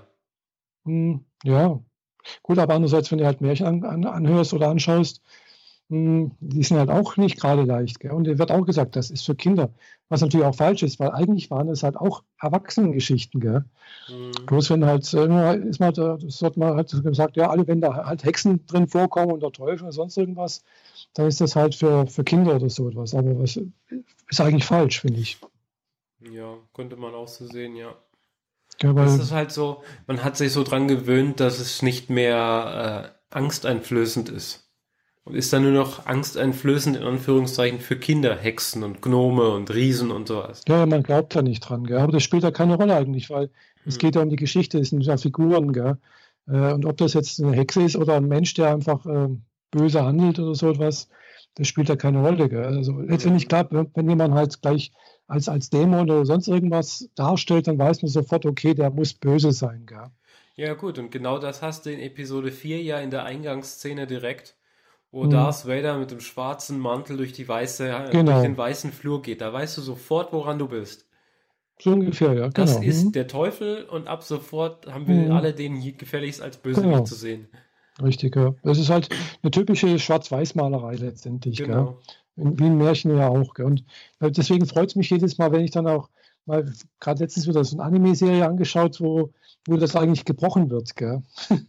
Ja, gut, aber andererseits, wenn du halt Märchen anhörst oder anschaust, die sind halt auch nicht gerade leicht. Gell? Und dir wird auch gesagt, das ist für Kinder. Was natürlich auch falsch ist, weil eigentlich waren es halt auch Erwachsenengeschichten. Gell? Bloß wenn halt, das wird mal halt gesagt, ja, alle, wenn da halt Hexen drin vorkommen und der Teufel oder sonst irgendwas, dann ist das halt für Kinder oder so etwas. Aber was ist eigentlich falsch, finde ich. Ja, könnte man auch so sehen, ja. Ja, weil das ist halt so, man hat sich so dran gewöhnt, dass es nicht mehr angsteinflößend ist. Und ist dann nur noch angsteinflößend, in Anführungszeichen, für Kinder, Hexen und Gnome und Riesen und sowas. Ja, man glaubt da nicht dran, gell? Aber das spielt ja keine Rolle eigentlich, weil es geht ja um die Geschichte, es sind ja Figuren, gell? Und ob das jetzt eine Hexe ist oder ein Mensch, der einfach böse handelt oder so etwas, das spielt ja keine Rolle, gell? Also letztendlich, klar, wenn jemand halt gleich als Dämon oder sonst irgendwas darstellt, dann weiß man sofort, okay, der muss böse sein, gell? Ja gut, und genau das hast du in Episode 4 ja in der Eingangsszene direkt, wo Darth Vader mit dem schwarzen Mantel durch den weißen Flur geht. Da weißt du sofort, woran du bist. So ungefähr, ja, genau. Das ist der Teufel und ab sofort haben wir alle den hier gefälligst als Bösewicht zu sehen. Richtig, ja. Das ist halt eine typische Schwarz-Weiß-Malerei letztendlich, genau. Gell? Wie ein Märchen ja auch. Gell? Und deswegen freut es mich jedes Mal, wenn ich dann auch mal, gerade letztens wieder so eine Anime-Serie angeschaut, wo das eigentlich gebrochen wird. Gell?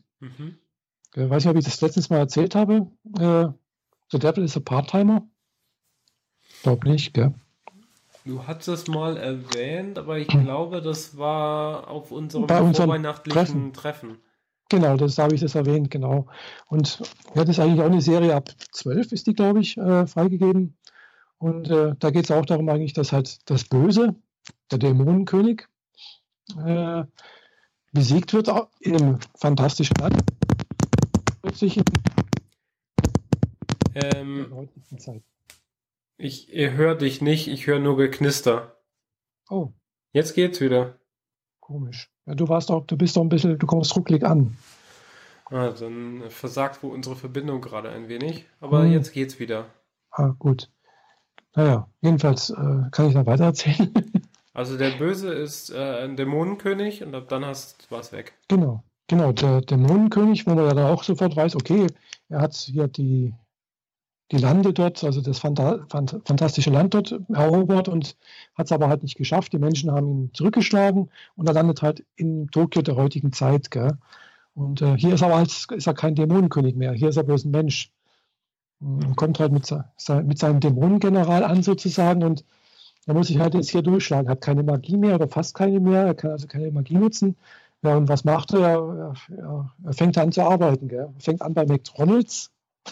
Ich weiß nicht, ob ich das letztens mal erzählt habe. The Devil is a Part-Timer. Ich glaube nicht, gell? Du hast es mal erwähnt, aber ich glaube, das war auf unserem vorweihnachtlichen Treffen. Genau, das habe ich das erwähnt, genau. Und ja, das ist eigentlich auch eine Serie ab 12 ist die, glaube ich, freigegeben. Und da geht es auch darum eigentlich, dass halt das Böse, der Dämonenkönig, besiegt wird in einem fantastischen Land. Plötzlich in der heutigen Zeit. Ich höre dich nicht, ich höre nur Geknister. Oh. Jetzt geht's wieder. Komisch. Ja, du bist doch ein bisschen, du kommst rucklig an. Ah, dann versagt wohl unsere Verbindung gerade ein wenig, aber jetzt geht's wieder. Ah, gut. Naja, jedenfalls kann ich dann weiter erzählen. Also der Böse ist ein Dämonenkönig und ab dann war's weg. Genau, der Dämonenkönig, wo man ja dann auch sofort weiß, okay, er hat hier die Lande dort, also das fantastische Land dort erobert und hat es aber halt nicht geschafft. Die Menschen haben ihn zurückgeschlagen und er landet halt in Tokio der heutigen Zeit. Gell? Und hier ist er kein Dämonenkönig mehr, hier ist er bloß ein Mensch. Und kommt halt mit seinem Dämonengeneral an sozusagen und er muss sich halt jetzt hier durchschlagen, hat keine Magie mehr oder fast keine mehr, er kann also keine Magie nutzen. Ja, und was macht er? Er fängt an zu arbeiten. Gell? Er fängt an bei McDonald's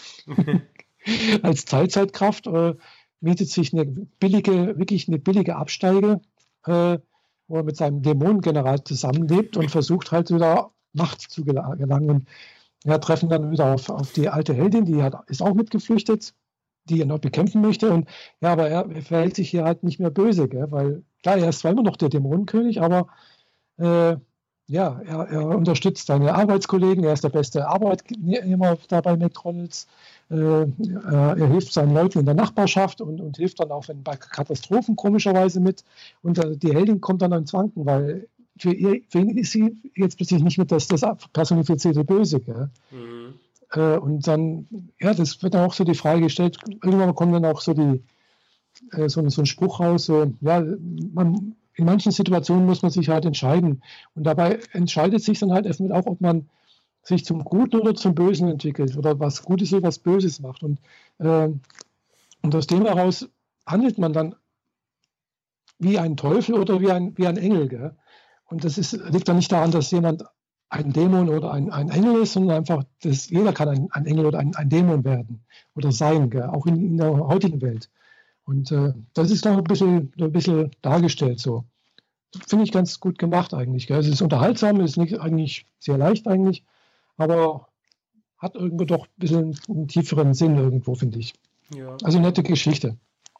als Teilzeitkraft, mietet sich wirklich eine billige Absteige, wo er mit seinem Dämonengeneral zusammenlebt und versucht halt wieder Macht zu gelangen. Und wir treffen dann wieder auf die alte Heldin, die ist auch mitgeflüchtet, die er noch bekämpfen möchte. Und ja, aber er verhält sich hier halt nicht mehr böse, gell? Weil klar, er ist zwar immer noch der Dämonenkönig, aber ja, er unterstützt seine Arbeitskollegen, er ist der beste Arbeitnehmer da bei McDonald's. Er hilft seinen Leuten in der Nachbarschaft und hilft dann auch bei Katastrophen komischerweise mit. Und die Heldin kommt dann ins Wanken, weil für ihn ist sie jetzt plötzlich nicht mehr das personifizierte Böse. Gell? Und dann, ja, das wird dann auch so die Frage gestellt, irgendwann kommt dann auch so so ein Spruch raus, so, ja, in manchen Situationen muss man sich halt entscheiden. Und dabei entscheidet sich dann halt erstmal auch, ob man sich zum Guten oder zum Bösen entwickelt oder was Gutes oder was Böses macht. Und aus dem heraus handelt man dann wie ein Teufel oder wie ein Engel. Gell? Und liegt dann nicht daran, dass jemand ein Dämon oder ein Engel ist, sondern einfach, dass jeder kann ein Engel oder ein Dämon werden oder sein, gell? Auch in der heutigen Welt. Und das ist noch ein bisschen dargestellt so. Finde ich ganz gut gemacht eigentlich. Gell? Es ist unterhaltsam, ist nicht eigentlich sehr leicht eigentlich, aber hat irgendwo doch ein bisschen einen tieferen Sinn irgendwo, finde ich. Ja. Also nette Geschichte.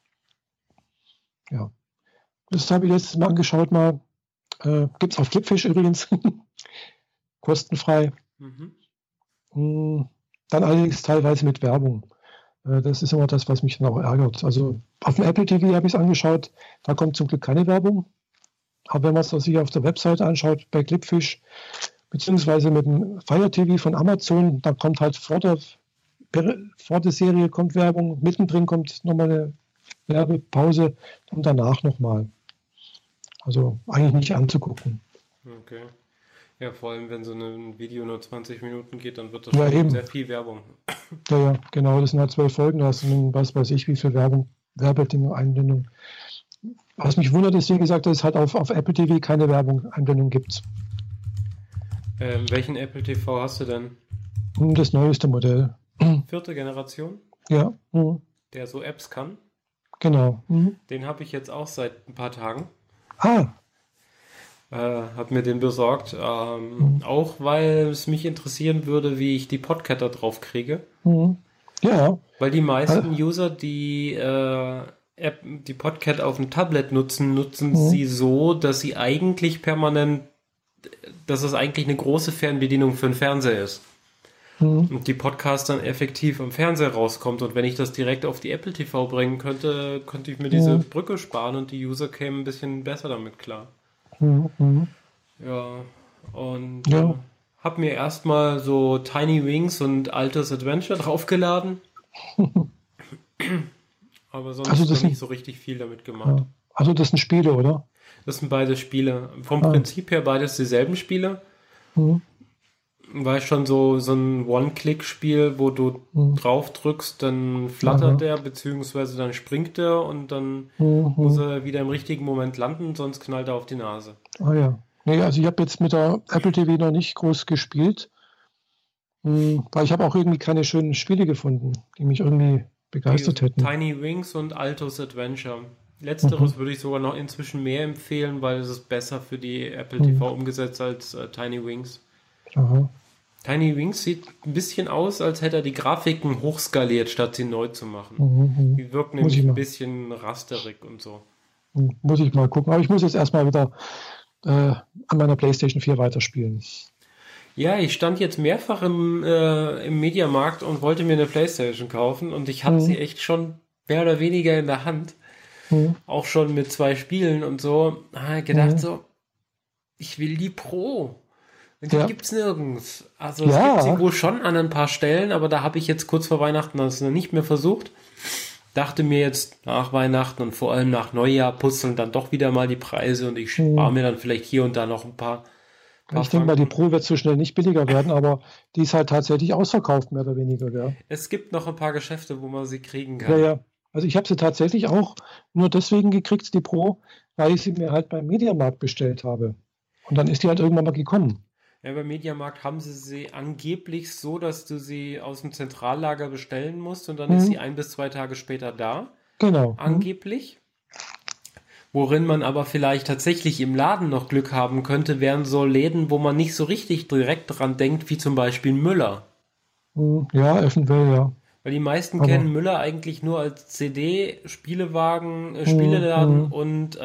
Ja. Das habe ich letztes Mal angeschaut mal. Gibt es auf Clipfish übrigens. Kostenfrei. Dann allerdings teilweise mit Werbung. Das ist immer das, was mich dann auch ärgert. Also auf dem Apple TV habe ich es angeschaut, da kommt zum Glück keine Werbung. Aber wenn man es sich auf der Website anschaut, bei Clipfish, beziehungsweise mit dem Fire TV von Amazon, da kommt halt vor der Serie kommt Werbung, mittendrin kommt nochmal eine Werbepause und danach nochmal. Also eigentlich nicht anzugucken. Okay. Ja, vor allem, wenn so ein Video nur 20 Minuten geht, dann wird das schon sehr viel Werbung. Ja, genau, das sind halt 12 Folgen, da hast du was weiß ich, wie viel Werbedinge, Einblendung. Was mich wundert, ist, wie gesagt, dass es halt auf Apple TV keine Einblendung gibt. Welchen Apple TV hast du denn? Das neueste Modell. 4. Generation? Ja. Der so Apps kann? Genau. Den habe ich jetzt auch seit ein paar Tagen. Ah. Hab mir den besorgt, auch weil es mich interessieren würde, wie ich die Podcaster drauf kriege. Ja. Weil die meisten User, die die Podcat auf dem Tablet nutzen sie so, dass sie eigentlich dass es eigentlich eine große Fernbedienung für den Fernseher ist. Und die Podcast dann effektiv am Fernseher rauskommt. Und wenn ich das direkt auf die Apple TV bringen könnte ich mir diese Brücke sparen und die User kämen ein bisschen besser damit klar. Ja, und habe mir erstmal so Tiny Wings und Altes Adventure draufgeladen. Aber sonst nicht so richtig viel damit gemacht. Ja. Also das sind Spiele, oder? Das sind beide Spiele. Vom Prinzip her beides dieselben Spiele. War schon so ein One-Click-Spiel, wo du drauf drückst, dann flattert der, beziehungsweise dann springt der und dann muss er wieder im richtigen Moment landen, sonst knallt er auf die Nase. Ah ja. Nee, also ich habe jetzt mit der Apple TV noch nicht groß gespielt. Weil ich habe auch irgendwie keine schönen Spiele gefunden, die mich irgendwie begeistert hätten. Tiny Wings und Altos Adventure. Letzteres würde ich sogar noch inzwischen mehr empfehlen, weil es ist besser für die Apple TV umgesetzt als Tiny Wings. Aha. Tiny Wings sieht ein bisschen aus, als hätte er die Grafiken hochskaliert, statt sie neu zu machen. Die wirken nämlich ein bisschen rasterig und so. Muss ich mal gucken. Aber ich muss jetzt erstmal wieder an meiner PlayStation 4 weiterspielen. Ja, ich stand jetzt mehrfach im Mediamarkt und wollte mir eine PlayStation kaufen und ich hatte sie echt schon mehr oder weniger in der Hand. Auch schon mit 2 Spielen und so. Gedacht so, ich will die Pro. Und die gibt's nirgends. Also es gibt sie wohl schon an ein paar Stellen, aber da habe ich jetzt kurz vor Weihnachten das noch nicht mehr versucht. Dachte mir jetzt nach Weihnachten und vor allem nach Neujahr putzeln dann doch wieder mal die Preise und ich spare mir dann vielleicht hier und da noch ein paar. Ich denke mal, die Pro wird so schnell nicht billiger werden, aber die ist halt tatsächlich ausverkauft, mehr oder weniger. Ja. Es gibt noch ein paar Geschäfte, wo man sie kriegen kann. Ja. Also ich habe sie tatsächlich auch nur deswegen gekriegt, die Pro, weil ich sie mir halt beim Mediamarkt bestellt habe. Und dann ist die halt irgendwann mal gekommen. Ja, beim Mediamarkt haben sie angeblich so, dass du sie aus dem Zentrallager bestellen musst und dann ist sie 1 bis 2 Tage später da. Genau. Angeblich. Worin man aber vielleicht tatsächlich im Laden noch Glück haben könnte, wären so Läden, wo man nicht so richtig direkt dran denkt, wie zum Beispiel Müller. Ja, eventuell, ja. Weil die meisten kennen Müller eigentlich nur als CD, Spielewagen, Spieleladen und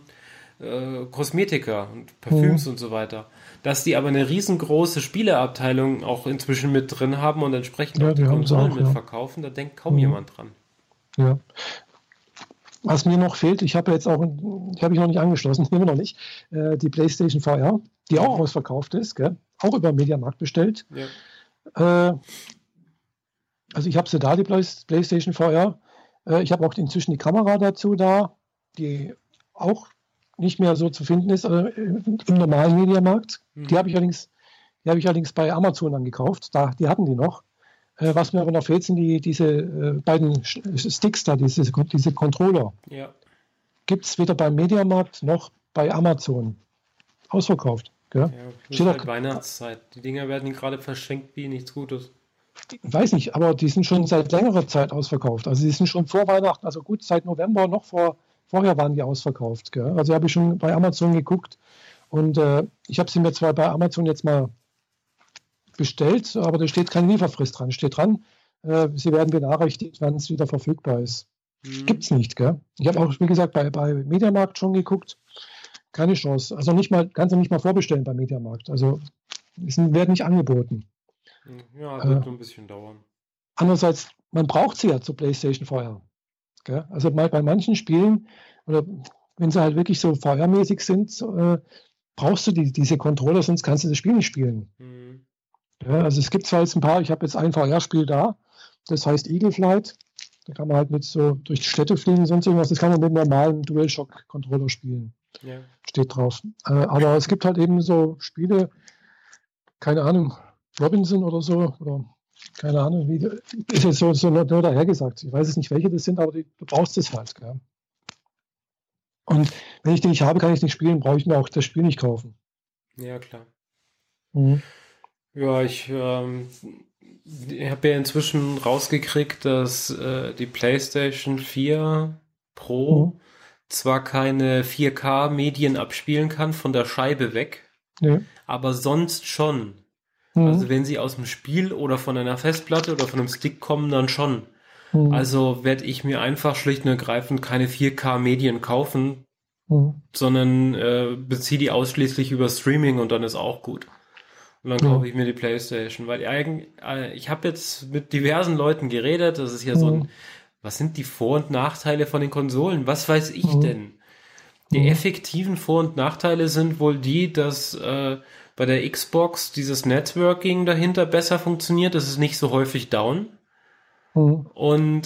Kosmetika und Parfüms und so weiter. Dass die aber eine riesengroße Spieleabteilung auch inzwischen mit drin haben und entsprechend auch die Konsolen mitverkaufen, da denkt kaum jemand dran. Ja. Was mir noch fehlt, ich habe jetzt auch, die habe ich noch nicht angeschlossen, immer noch nicht, die PlayStation VR, die auch ausverkauft ist, gell? Auch über Mediamarkt bestellt. Ja. Also ich habe sie da, die PlayStation VR. Ich habe auch inzwischen die Kamera dazu da, die auch nicht mehr so zu finden ist im normalen Mediamarkt. Die habe ich allerdings bei Amazon dann gekauft. Die hatten die noch. Was mir aber noch fehlt, sind diese beiden Sticks da, diese Controller. Ja. Gibt es weder beim Mediamarkt noch bei Amazon. Ausverkauft. Gell? Ja, das ist halt Weihnachtszeit. Die Dinger werden gerade verschenkt wie nichts Gutes. Ich weiß nicht, aber die sind schon seit längerer Zeit ausverkauft. Also die sind schon vor Weihnachten, also gut, seit November, noch vorher waren die ausverkauft. Gell? Also habe ich schon bei Amazon geguckt und ich habe sie mir zwar bei Amazon jetzt mal bestellt, aber da steht keine Lieferfrist dran. Steht dran, sie werden benachrichtigt, wann es wieder verfügbar ist. Gibt's nicht, gell? Ich habe auch, wie gesagt, bei Mediamarkt schon geguckt. Keine Chance. Also kannst du nicht mal vorbestellen bei Mediamarkt. Also werden nicht angeboten. Ja, wird nur ein bisschen dauern. Andererseits, man braucht sie ja zur PlayStation VR. Gell? Also bei manchen Spielen, oder wenn sie halt wirklich so VR-mäßig sind, brauchst du diese Controller, sonst kannst du das Spiel nicht spielen. Ja, also es gibt zwar jetzt ein paar, ich habe jetzt ein VR-Spiel da, das heißt Eagle Flight. Da kann man halt mit so durch die Städte fliegen, sonst irgendwas. Das kann man mit einem normalen DualShock-Controller spielen. Ja. Steht drauf. Aber es gibt halt eben so Spiele, keine Ahnung, Robinson oder so, oder keine Ahnung, ist jetzt so nur dahergesagt. Ich weiß jetzt nicht, welche das sind, aber du brauchst es halt. Gell? Und wenn ich die nicht habe, kann ich nicht spielen, brauche ich mir auch das Spiel nicht kaufen. Ja, klar. Ja, ich habe ja inzwischen rausgekriegt, dass die PlayStation 4 Pro zwar keine 4K-Medien abspielen kann von der Scheibe weg, aber sonst schon. Also wenn sie aus dem Spiel oder von einer Festplatte oder von einem Stick kommen, dann schon. Also werde ich mir einfach schlicht und ergreifend keine 4K-Medien kaufen, sondern beziehe die ausschließlich über Streaming und dann ist auch gut. Und dann kaufe ich mir die PlayStation, weil ich habe jetzt mit diversen Leuten geredet, das ist ja so ein, was sind die Vor- und Nachteile von den Konsolen? Was weiß ich denn? Die effektiven Vor- und Nachteile sind wohl die, dass bei der Xbox dieses Networking dahinter besser funktioniert, es ist nicht so häufig down. Und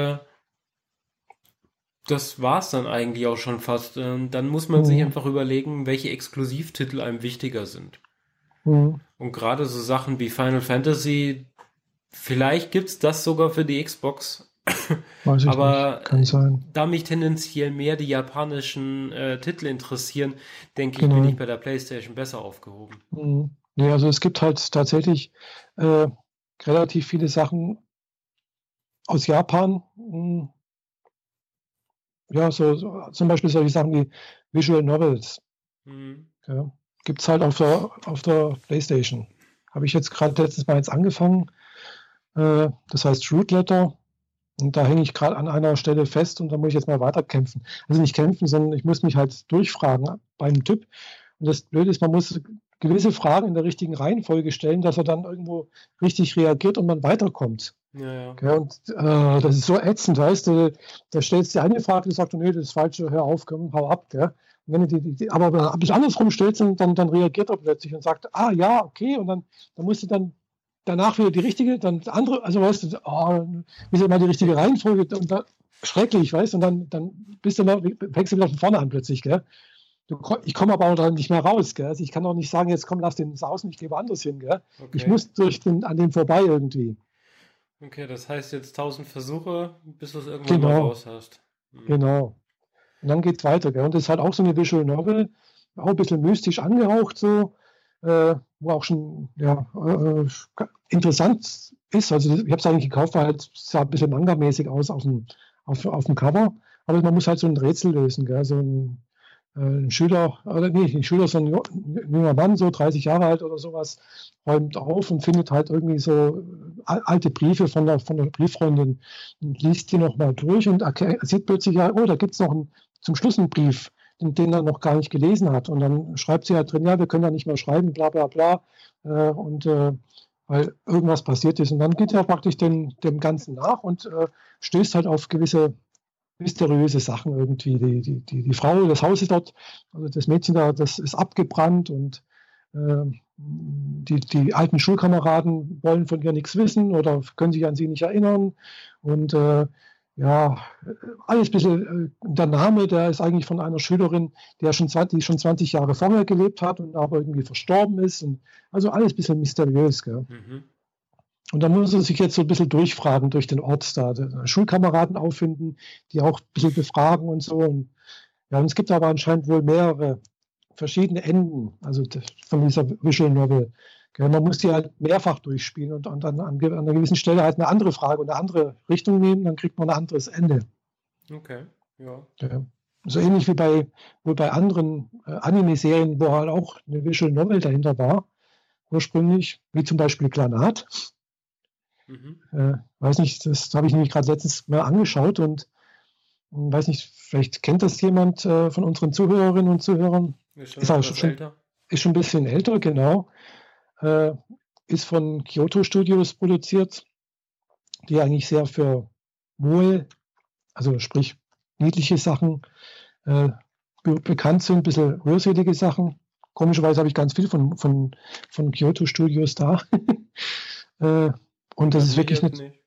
das war's dann eigentlich auch schon fast. Dann muss man sich einfach überlegen, welche Exklusivtitel einem wichtiger sind. Und gerade so Sachen wie Final Fantasy, vielleicht gibt's das sogar für die Xbox. Aber kann sein. Da mich tendenziell mehr die japanischen Titel interessieren, denke ich, bin ich bei der PlayStation besser aufgehoben. Nee, also es gibt halt tatsächlich relativ viele Sachen aus Japan. Ja, so zum Beispiel solche Sachen wie Visual Novels. Ja, gibt es halt auf der PlayStation. Habe ich jetzt gerade letztes Mal angefangen. Das heißt Root Letter. Und da hänge ich gerade an einer Stelle fest und da muss ich jetzt mal weiter kämpfen. Also nicht kämpfen, sondern ich muss mich halt durchfragen beim Typ. Und das Blöde ist, man muss gewisse Fragen in der richtigen Reihenfolge stellen, dass er dann irgendwo richtig reagiert und man weiterkommt. Ja. Und das ist so ätzend, weißt du, da stellst du eine Frage, die sagt, nee, das ist falsch, hör auf, komm, hau ab. Gell? Und wenn du aber wenn du andersrum stellst, dann reagiert er plötzlich und sagt, ja, okay, und dann musst du dann danach wieder die richtige, dann das andere, also weißt du, wie ist mal die richtige Reihenfolge und da, schrecklich, weißt du, und dann fängst du wieder von vorne an plötzlich, gell? Ich komme aber auch dann nicht mehr raus, gell? Also ich kann auch nicht sagen, jetzt komm, lass den sausen, ich gehe woanders hin, gell? Okay. Ich muss an dem vorbei irgendwie. Okay, das heißt jetzt 1000 Versuche, bis du es irgendwann mal raus hast. Genau. Und dann geht es weiter, gell? Und das ist halt auch so eine Visual Novel, auch ein bisschen mystisch angehaucht so, wo auch schon interessant ist. Also ich habe es eigentlich gekauft, weil es sah ein bisschen Manga-mäßig aus auf dem Cover. Aber man muss halt so ein Rätsel lösen. Gell? So ein Schüler, oder nee, nicht ein Schüler, sondern ein junger Mann, so 30 Jahre alt oder sowas, räumt auf und findet halt irgendwie so alte Briefe von der Brieffreundin und liest die nochmal durch und sieht plötzlich, da gibt es noch zum Schluss einen Brief, den er noch gar nicht gelesen hat. Und dann schreibt sie halt drin, ja, wir können ja nicht mehr schreiben, bla bla bla. Weil irgendwas passiert ist. Und dann geht er praktisch dem Ganzen nach und stößt halt auf gewisse mysteriöse Sachen irgendwie. Die Frau, das Haus ist dort, also das Mädchen da, das ist abgebrannt und die alten Schulkameraden wollen von ihr nichts wissen oder können sich an sie nicht erinnern. Und alles ein bisschen, der Name, der ist eigentlich von einer Schülerin, die schon 20 Jahre vorher gelebt hat und aber irgendwie verstorben ist. Und also alles ein bisschen mysteriös. Gell? Mhm. Und da muss er sich jetzt so ein bisschen durchfragen durch den Ort da, Schulkameraden auffinden, die auch ein bisschen befragen und so. Und es gibt aber anscheinend wohl mehrere verschiedene Enden, also von dieser Visual Novel. Man muss die halt mehrfach durchspielen und dann an einer gewissen Stelle halt eine andere Frage und eine andere Richtung nehmen, dann kriegt man ein anderes Ende. Okay, ja. So ähnlich wie bei anderen Anime-Serien, wo halt auch eine Visual Novel dahinter war, ursprünglich, wie zum Beispiel Granat. Weiß nicht, das habe ich nämlich gerade letztens mal angeschaut und weiß nicht, vielleicht kennt das jemand von unseren Zuhörerinnen und Zuhörern. Ist schon ein bisschen älter, genau. Ist von Kyoto Studios produziert, die eigentlich sehr für Moe, also sprich niedliche Sachen, bekannt sind, ein bisschen rührselige Sachen. Komischerweise habe ich ganz viel von Kyoto Studios da. Und das ist wirklich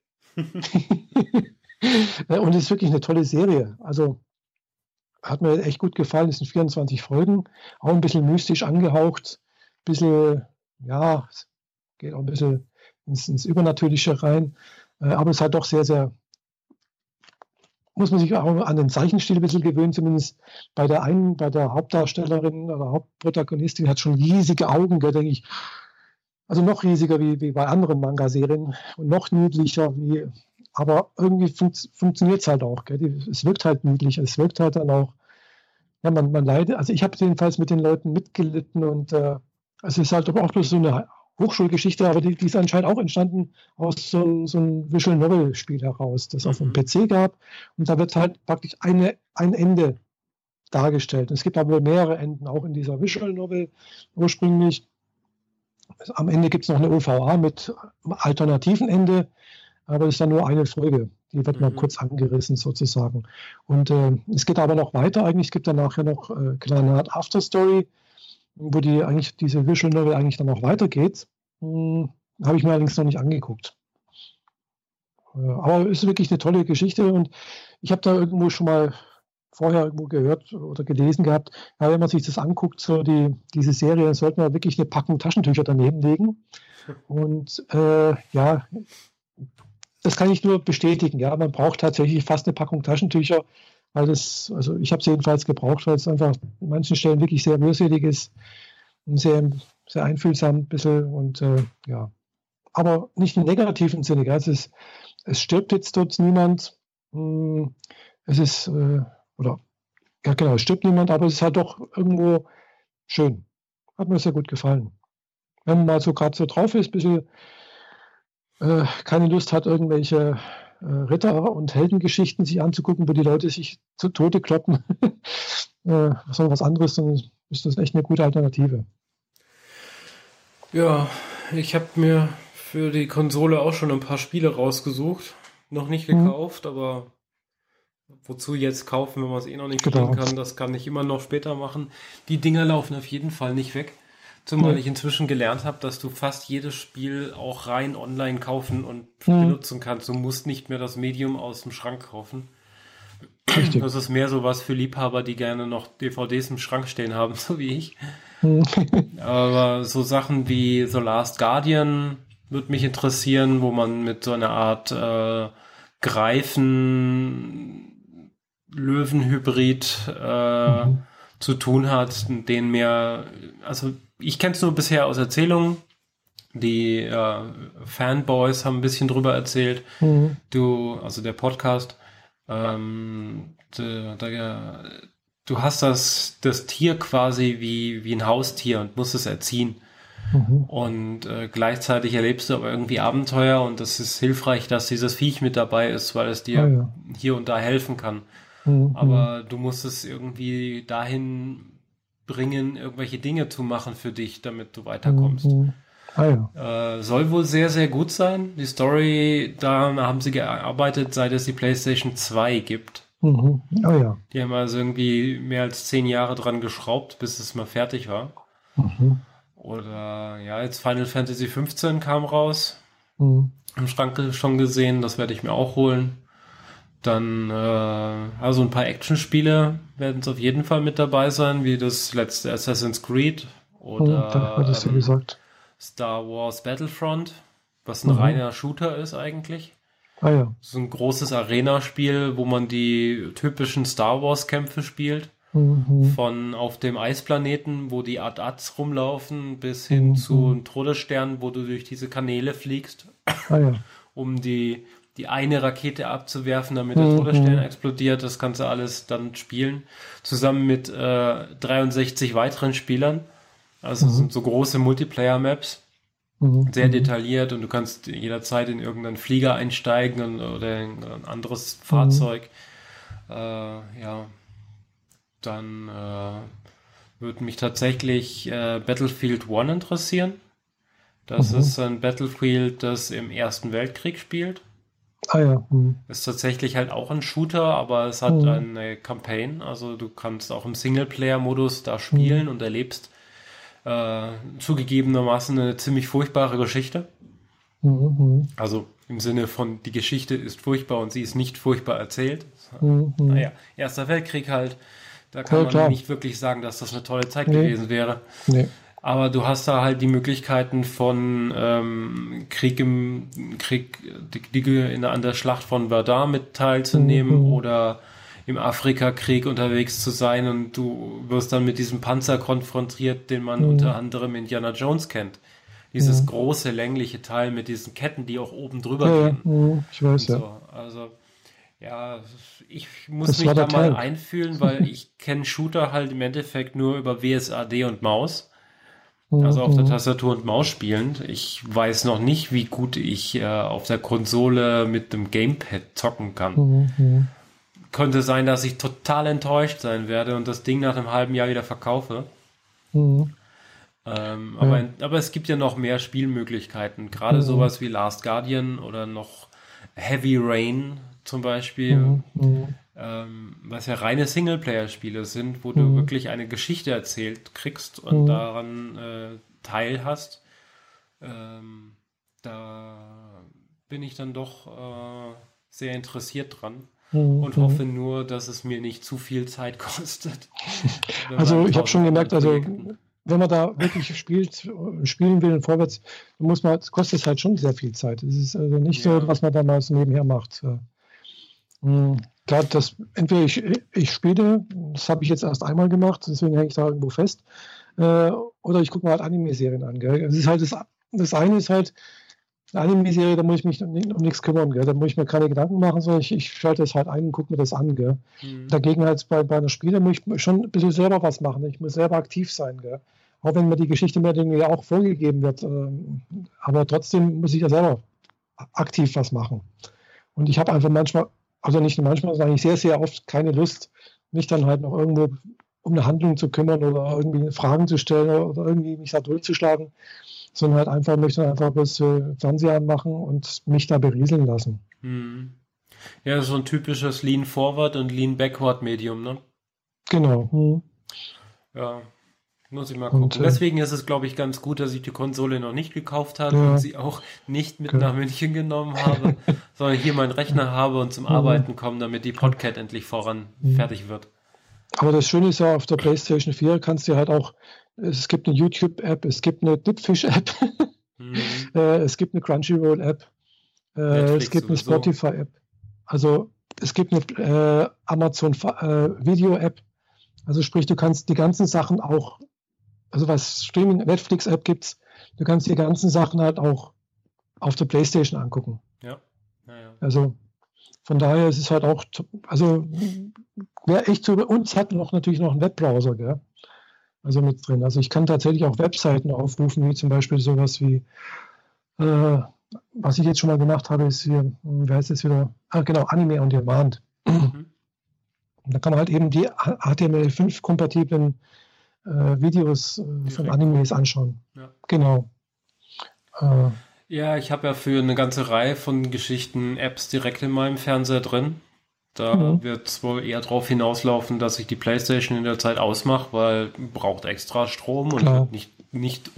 und es ist wirklich eine tolle Serie. Also hat mir echt gut gefallen. Es sind 24 Folgen, auch ein bisschen mystisch angehaucht, ein bisschen, geht auch ein bisschen ins Übernatürliche rein. Aber es ist halt doch sehr, sehr, muss man sich auch an den Zeichenstil ein bisschen gewöhnen, zumindest bei der Hauptdarstellerin oder Hauptprotagonistin hat schon riesige Augen, denke ich. Also noch riesiger wie bei anderen Manga-Serien und noch niedlicher, aber irgendwie funktioniert es halt auch. Gell? Es wirkt halt niedlich, es wirkt halt dann auch, man leidet, also ich habe jedenfalls mit den Leuten mitgelitten und es ist halt auch bloß so eine Hochschulgeschichte, aber die ist anscheinend auch entstanden aus so einem Visual Novel Spiel heraus, das auf dem PC gab und da wird halt praktisch ein Ende dargestellt. Und es gibt aber wohl mehrere Enden, auch in dieser Visual Novel ursprünglich. Am Ende gibt es noch eine OVA mit alternativen Ende, aber es ist dann nur eine Folge. Die wird mal kurz angerissen sozusagen. Und es geht aber noch weiter eigentlich. Es gibt dann nachher noch Granat After Story, wo diese Visual Novel eigentlich dann noch weitergeht. Habe ich mir allerdings noch nicht angeguckt. Aber es ist wirklich eine tolle Geschichte und ich habe da irgendwo schon mal vorher irgendwo gehört oder gelesen gehabt, wenn man sich das anguckt, so diese Serie, dann sollte man wirklich eine Packung Taschentücher daneben legen. Und das kann ich nur bestätigen. Ja, man braucht tatsächlich fast eine Packung Taschentücher, weil ich habe es jedenfalls gebraucht, weil es einfach an manchen Stellen wirklich sehr rührselig ist und sehr, sehr einfühlsam ein bisschen und ja. Aber nicht im negativen Sinne. Gell? Es stirbt jetzt dort niemand. Es ist, oder, ja genau, es stirbt niemand, aber es ist halt doch irgendwo schön. Hat mir sehr gut gefallen. Wenn man mal so gerade so drauf ist, ein bisschen keine Lust hat, irgendwelche Ritter- und Heldengeschichten sich anzugucken, wo die Leute sich zu Tode kloppen, sondern was anderes, dann ist das echt eine gute Alternative. Ja, ich habe mir für die Konsole auch schon ein paar Spiele rausgesucht. Noch nicht gekauft, aber wozu jetzt kaufen, wenn man es eh noch nicht spielen kann? Das kann ich immer noch später machen. Die Dinger laufen auf jeden Fall nicht weg. Zumal ich inzwischen gelernt habe, dass du fast jedes Spiel auch rein online kaufen und benutzen kannst. Du musst nicht mehr das Medium aus dem Schrank kaufen. Richtig. Das ist mehr sowas für Liebhaber, die gerne noch DVDs im Schrank stehen haben, so wie ich. Aber so Sachen wie The Last Guardian würde mich interessieren, wo man mit so einer Art Greifen-Löwen-Hybrid zu tun hat, den mehr, also ich kenne es nur bisher aus Erzählungen. Die Fanboys haben ein bisschen drüber erzählt. Also der Podcast. Du hast das Tier quasi wie ein Haustier und musst es erziehen. Und gleichzeitig erlebst du aber irgendwie Abenteuer und das ist hilfreich, dass dieses Viech mit dabei ist, weil es dir hier und da helfen kann. Aber du musst es irgendwie dahin bringen, irgendwelche Dinge zu machen für dich, damit du weiterkommst. Soll wohl sehr, sehr gut sein. Die Story, da haben sie gearbeitet, seit es die PlayStation 2 gibt. Die haben also irgendwie mehr als 10 Jahre dran geschraubt, bis es mal fertig war. Oder ja, jetzt Final Fantasy 15 kam raus. Im Schrank schon gesehen, das werde ich mir auch holen. Dann, also ein paar Actionspiele werden es auf jeden Fall mit dabei sein, wie das letzte Assassin's Creed oder Star Wars Battlefront, was ein reiner Shooter ist eigentlich. So ein großes Arena-Spiel, wo man die typischen Star Wars-Kämpfe spielt. Von auf dem Eisplaneten, wo die AT-ATs rumlaufen, bis hin zu einem Todesstern, wo du durch diese Kanäle fliegst, um die eine Rakete abzuwerfen, damit der Todesstern explodiert. Das kannst du alles dann spielen. Zusammen mit 63 weiteren Spielern. Also es sind so große Multiplayer-Maps. Sehr detailliert und du kannst jederzeit in irgendeinen Flieger einsteigen oder in ein anderes Fahrzeug. Dann würde mich tatsächlich Battlefield 1 interessieren. Das ist ein Battlefield, das im Ersten Weltkrieg spielt. Ist tatsächlich halt auch ein Shooter, aber es hat eine Campaign. Also du kannst auch im Singleplayer-Modus da spielen und erlebst zugegebenermaßen eine ziemlich furchtbare Geschichte. Also im Sinne von, die Geschichte ist furchtbar und sie ist nicht furchtbar erzählt. Naja, Erster Weltkrieg halt. Da kann man nicht wirklich sagen, dass das eine tolle Zeit gewesen wäre. Aber du hast da halt die Möglichkeiten von Krieg an der Schlacht von Verdun mit teilzunehmen oder im Afrikakrieg unterwegs zu sein und du wirst dann mit diesem Panzer konfrontiert, den man unter anderem Indiana Jones kennt. Dieses große, längliche Teil mit diesen Ketten, die auch oben drüber gehen. Ich weiß, so. Also, ja, ich muss mich da mal einfühlen, weil ich kenne Shooter halt im Endeffekt nur über WSAD und Maus. Also auf der Tastatur und Maus spielend. Ich weiß noch nicht, wie gut ich auf der Konsole mit dem Gamepad zocken kann. Könnte sein, dass ich total enttäuscht sein werde und das Ding nach einem halben Jahr wieder verkaufe. Aber es gibt ja noch mehr Spielmöglichkeiten. Gerade sowas wie Last Guardian oder noch Heavy Rain zum Beispiel. Was ja reine Singleplayer-Spiele sind, wo du wirklich eine Geschichte erzählt kriegst und daran teil hast. Da bin ich dann doch sehr interessiert dran. Und hoffe nur, dass es mir nicht zu viel Zeit kostet. Also ich habe schon gemerkt, also wenn man da wirklich spielen will und vorwärts, kostet es halt schon sehr viel Zeit. Es ist also nicht so, was man da mal so nebenher macht. Gerade klar, entweder ich spiele, das habe ich jetzt erst einmal gemacht, deswegen hänge ich da irgendwo fest, oder ich gucke mir halt Anime-Serien an. Gell? Es ist halt das eine ist halt, eine Anime-Serie, da muss ich mich um nichts kümmern, gell? Da muss ich mir keine Gedanken machen, sondern ich schalte das halt ein und gucke mir das an. Gell? Dagegen halt bei einer Spiele muss ich schon ein bisschen selber was machen. Ich muss selber aktiv sein. Gell? Auch wenn mir die Geschichte mehr irgendwie auch vorgegeben wird. Aber trotzdem muss ich ja selber aktiv was machen. Und ich habe einfach manchmal, also nicht nur manchmal, sondern eigentlich sehr, sehr oft keine Lust, mich dann halt noch irgendwo um eine Handlung zu kümmern oder irgendwie Fragen zu stellen oder irgendwie mich da durchzuschlagen, sondern halt einfach möchte einfach das Fernseher anmachen und mich da berieseln lassen. Ja, so ein typisches Lean Forward und Lean Backward Medium, ne? Genau. Ja, muss ich mal gucken. Und deswegen ist es, glaube ich, ganz gut, dass ich die Konsole noch nicht gekauft habe und sie auch nicht mit nach München genommen habe, sondern hier meinen Rechner habe und zum Arbeiten komme, damit die Podcat endlich fertig wird. Aber das Schöne ist ja, auf der PlayStation 4 kannst du halt auch, es gibt eine YouTube-App, es gibt eine Dipfish-App, es gibt eine Crunchyroll-App, es gibt eine Spotify-App, also es gibt eine Amazon-Video-App, also sprich, du kannst die ganzen Sachen auch, also was Streaming, Netflix-App gibt's, du kannst die ganzen Sachen halt auch auf der PlayStation angucken. Ja. Also von daher ist es halt auch, also wäre echt so, uns hat natürlich noch einen Webbrowser, gell? Also mit drin. Also ich kann tatsächlich auch Webseiten aufrufen, wie zum Beispiel sowas wie, was ich jetzt schon mal gemacht habe, ist hier, wie heißt es wieder? Genau, Anime on Demand. Da kann man halt eben die HTML5-kompatiblen Videos von Animes anschauen. Ja. Genau. Ja, ich habe ja für eine ganze Reihe von Geschichten Apps direkt in meinem Fernseher drin. Da wird es wohl eher darauf hinauslaufen, dass ich die PlayStation in der Zeit ausmache, weil braucht extra Strom und wird nicht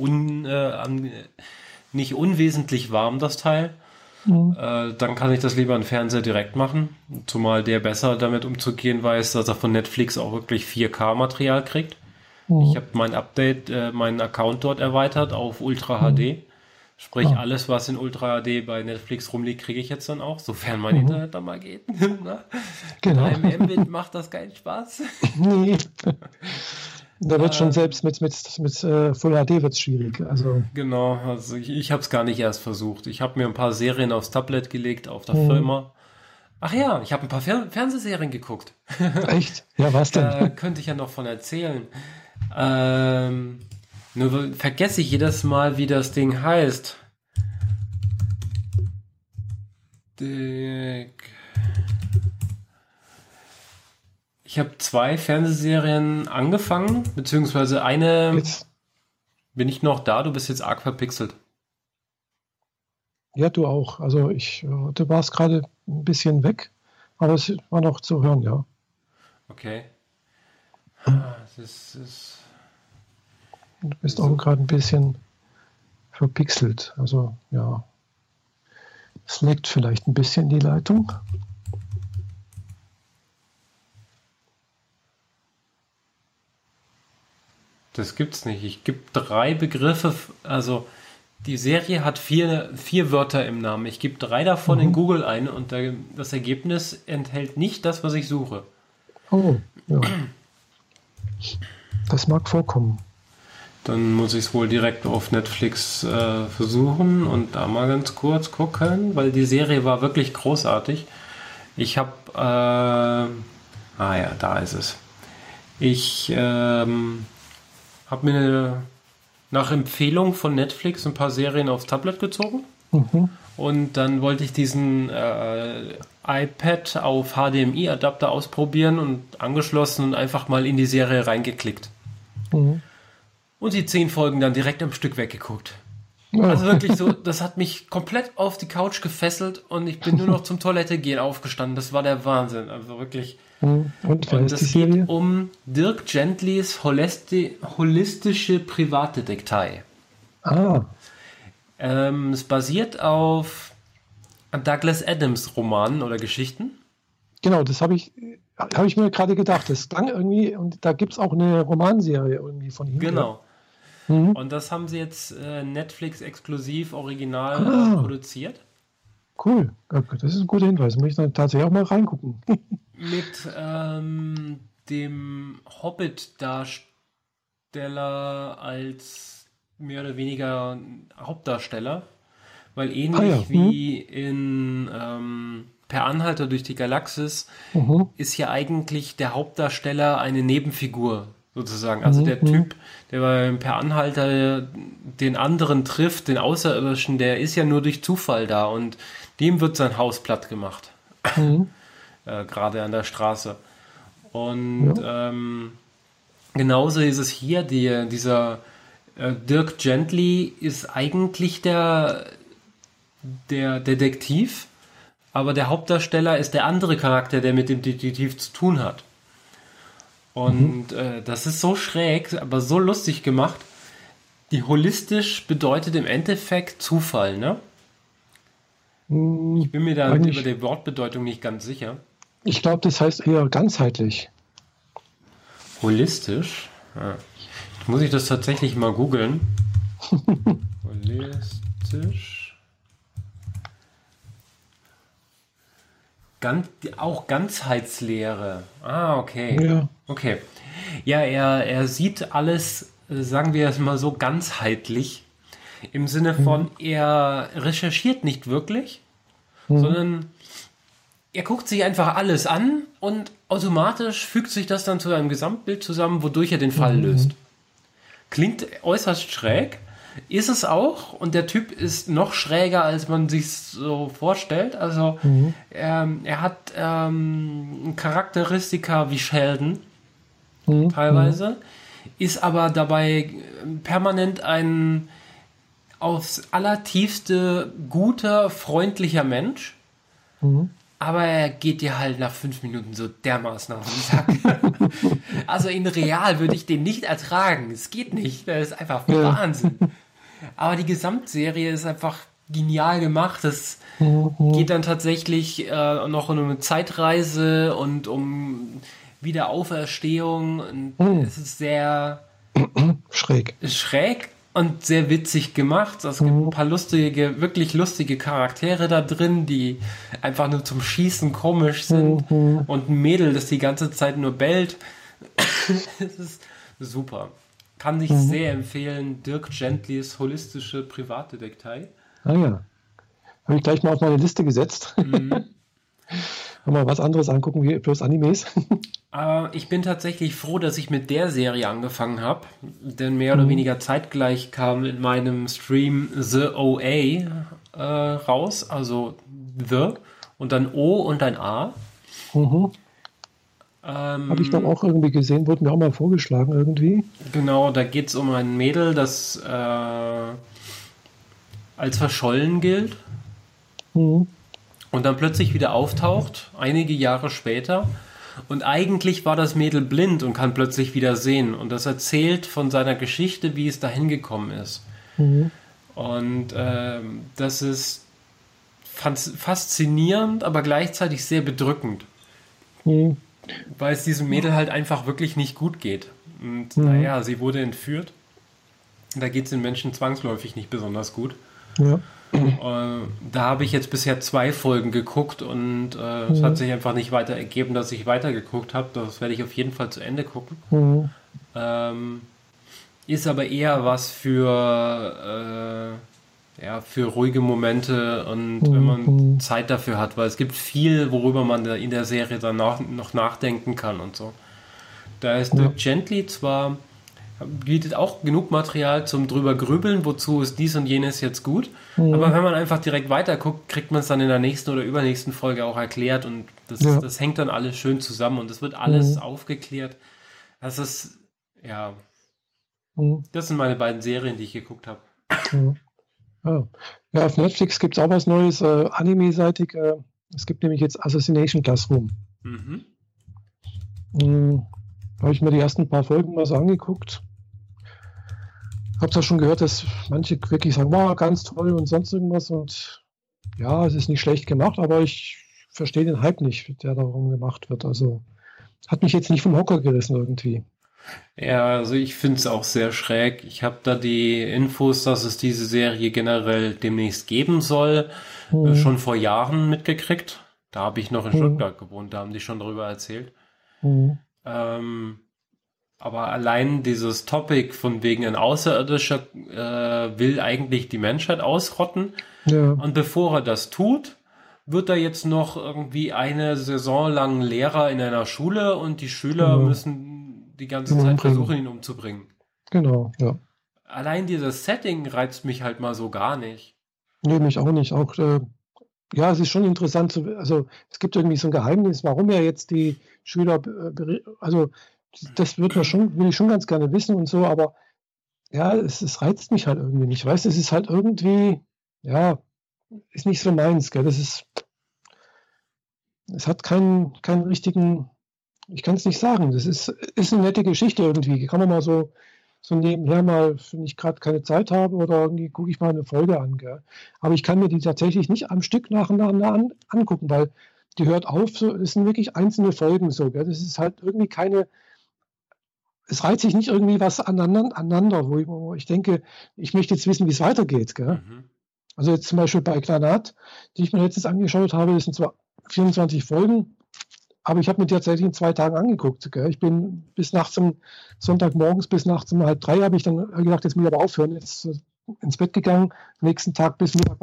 unwesentlich warm, das Teil. Dann kann ich das lieber im Fernseher direkt machen, zumal der besser damit umzugehen weiß, dass er von Netflix auch wirklich 4K-Material kriegt. Ich habe meinen Account dort erweitert auf Ultra HD. Sprich, alles, was in Ultra HD bei Netflix rumliegt, kriege ich jetzt dann auch, sofern mein Internet dann mal geht. Genau. Beim Mbit macht das keinen Spaß. Nee. Da wird schon selbst mit Full HD wird es schwierig. Also. Genau, also ich habe es gar nicht erst versucht. Ich habe mir ein paar Serien aufs Tablet gelegt, auf der Firma. Ach ja, ich habe ein paar Fernsehserien geguckt. Echt? Ja, was denn? Da könnte ich ja noch von erzählen. Nur vergesse ich jedes Mal, wie das Ding heißt. Ich habe 2 Fernsehserien angefangen, beziehungsweise eine. Jetzt. Bin ich noch da? Du bist jetzt arg verpixelt. Ja, du auch. Also du warst gerade ein bisschen weg, aber es war noch zu hören, ja. Okay. Du bist auch gerade ein bisschen verpixelt. Also ja, es leckt vielleicht ein bisschen die Leitung. Das gibt's nicht. Ich gebe 3 Begriffe, also die Serie hat 4 Wörter im Namen. Ich gebe 3 davon in Google ein und das Ergebnis enthält nicht das, was ich suche. Oh, ja. Das mag vorkommen. Dann muss ich es wohl direkt auf Netflix versuchen und da mal ganz kurz gucken, weil die Serie war wirklich großartig. Ich habe, ja, da ist es. Ich habe mir nach Empfehlung von Netflix ein paar Serien aufs Tablet gezogen. Und dann wollte ich diesen iPad auf HDMI-Adapter ausprobieren und angeschlossen und einfach mal in die Serie reingeklickt. Und die 10 Folgen dann direkt am Stück weggeguckt. Also wirklich so, das hat mich komplett auf die Couch gefesselt und ich bin nur noch zum Toilette gehen aufgestanden. Das war der Wahnsinn. Also wirklich. Und es geht um Dirk Gentlys holistische Privatdetektei. Es basiert auf Douglas Adams Romanen oder Geschichten. Genau, das habe ich mir gerade gedacht. Das klang irgendwie, und da gibt es auch eine Romanserie irgendwie von ihm. Genau. Und das haben sie jetzt Netflix exklusiv original produziert. cool. Das ist ein guter Hinweis. Muss ich dann tatsächlich auch mal reingucken. Mit dem Hobbit-Darsteller als mehr oder weniger Hauptdarsteller. Weil ähnlich wie in Per Anhalter durch die Galaxis ist ja eigentlich der Hauptdarsteller eine Nebenfigur sozusagen. Also der Typ, der beim Per Anhalter den anderen trifft, den Außerirdischen, der ist ja nur durch Zufall da und dem wird sein Haus platt gemacht. Gerade an der Straße. Und genauso ist es hier. Dieser Dirk Gently ist eigentlich der Detektiv, aber der Hauptdarsteller ist der andere Charakter, der mit dem Detektiv zu tun hat. Und das ist so schräg, aber so lustig gemacht. Die holistisch bedeutet im Endeffekt Zufall, ne? Ich bin mir da über die Wortbedeutung nicht ganz sicher. Ich glaube, das heißt eher ganzheitlich. Holistisch? Ja. Muss ich das tatsächlich mal googeln? Holistisch. Auch Ganzheitslehre. Ah, okay. Ja. Okay. Ja, er sieht alles, sagen wir es mal so, ganzheitlich. Im Sinne von, er recherchiert nicht wirklich, sondern er guckt sich einfach alles an und automatisch fügt sich das dann zu einem Gesamtbild zusammen, wodurch er den Fall löst. Klingt äußerst schräg, ist es auch, und der Typ ist noch schräger, als man sich so vorstellt. Also er hat Charakteristika wie Sheldon teilweise, ist aber dabei permanent ein aufs allertiefste guter, freundlicher Mensch. Aber er geht dir halt nach 5 Minuten so dermaßen auf den Sack. Also in real würde ich den nicht ertragen. Es geht nicht. Das ist einfach Wahnsinn. Aber die Gesamtserie ist einfach genial gemacht. Es geht dann tatsächlich noch um eine Zeitreise und um Wiederauferstehung. Und es ist sehr schräg und sehr witzig gemacht. Es gibt ein paar wirklich lustige Charaktere da drin, die einfach nur zum Schießen komisch sind. Und ein Mädel, das die ganze Zeit nur bellt. Es ist super. Kann ich sehr empfehlen. Dirk Gentlys holistische Privatdetektei. Ah ja. Habe ich gleich mal auf meine Liste gesetzt. Mal was anderes angucken, wie bloß Animes. Ich bin tatsächlich froh, dass ich mit der Serie angefangen habe, denn mehr oder weniger zeitgleich kam in meinem Stream The OA raus, also The und dann O und ein A. Habe ich dann auch irgendwie gesehen, wurde mir auch mal vorgeschlagen irgendwie. Genau, da geht es um ein Mädel, das als verschollen gilt und dann plötzlich wieder auftaucht, einige Jahre später. Und eigentlich war das Mädel blind und kann plötzlich wieder sehen. Und das erzählt von seiner Geschichte, wie es dahin gekommen ist. Und das ist faszinierend, aber gleichzeitig sehr bedrückend. Weil es diesem Mädel halt einfach wirklich nicht gut geht. Und naja, sie wurde entführt. Da geht es den Menschen zwangsläufig nicht besonders gut. Ja. Da habe ich jetzt bisher 2 Folgen geguckt und es hat sich einfach nicht weiter ergeben, dass ich weitergeguckt habe. Das werde ich auf jeden Fall zu Ende gucken. Ist aber eher was für ruhige Momente und wenn man Zeit dafür hat, weil es gibt viel, worüber man in der Serie dann noch nachdenken kann und so. Da ist Dirk Gently zwar, bietet auch genug Material zum drüber grübeln, wozu ist dies und jenes jetzt gut, aber wenn man einfach direkt weiter guckt, kriegt man es dann in der nächsten oder übernächsten Folge auch erklärt und das hängt dann alles schön zusammen und es wird alles aufgeklärt. Das ist, das sind meine beiden Serien, die ich geguckt habe. Ja, auf Netflix gibt es auch was Neues, Anime-seitig. Es gibt nämlich jetzt Assassination Classroom. Da habe ich mir die ersten paar Folgen mal so angeguckt. Habe zwar schon gehört, dass manche wirklich sagen, wow, ganz toll und sonst irgendwas. Und ja, es ist nicht schlecht gemacht, aber ich verstehe den Hype nicht, der darum gemacht wird. Also hat mich jetzt nicht vom Hocker gerissen irgendwie. Ja, also ich finde es auch sehr schräg. Ich habe da die Infos, dass es diese Serie generell demnächst geben soll, Hm, schon vor Jahren mitgekriegt. Da habe ich noch in hm, Stuttgart gewohnt, da haben die schon darüber erzählt. hm, Ähm, aber allein dieses Topic von wegen ein Außerirdischer will eigentlich die Menschheit ausrotten. ja, Und bevor er das tut, wird er jetzt noch irgendwie eine Saison lang Lehrer in einer Schule und die Schüler genau. müssen die ganze Ihn Zeit umbringen. versuchen, ihn umzubringen. Genau, ja. Allein dieses Setting reizt mich halt mal so gar nicht. Nee, mich auch nicht. Auch, ja, es ist schon interessant also es gibt irgendwie so ein Geheimnis, warum er jetzt die Schüler, also das will ich schon ganz gerne wissen und so, aber ja, es reizt mich halt irgendwie nicht. Weißt du, es ist halt irgendwie, ja, ist nicht so meins, gell? Es hat keinen richtigen, ich kann es nicht sagen. Ist eine nette Geschichte irgendwie. Kann man mal so nebenher mal, wenn ich gerade keine Zeit habe oder irgendwie gucke ich mal eine Folge an, gell? Aber ich kann mir die tatsächlich nicht am Stück nacheinander angucken, weil die hört auf, so, das sind wirklich einzelne Folgen so, gell? Das ist halt irgendwie es reiht sich nicht irgendwie was aneinander, wo ich denke, ich möchte jetzt wissen, wie es weitergeht, gell? Mhm. Also jetzt zum Beispiel bei Granat, die ich mir letztens angeschaut habe, das sind zwar 24 Folgen, aber ich habe mir die tatsächlich in 2 Tagen angeguckt. Gell? Ich bin bis nachts Sonntagmorgens bis nachts um 2:30 habe ich dann gedacht, jetzt muss ich aber aufhören, jetzt ins Bett gegangen, nächsten Tag bis Mittag.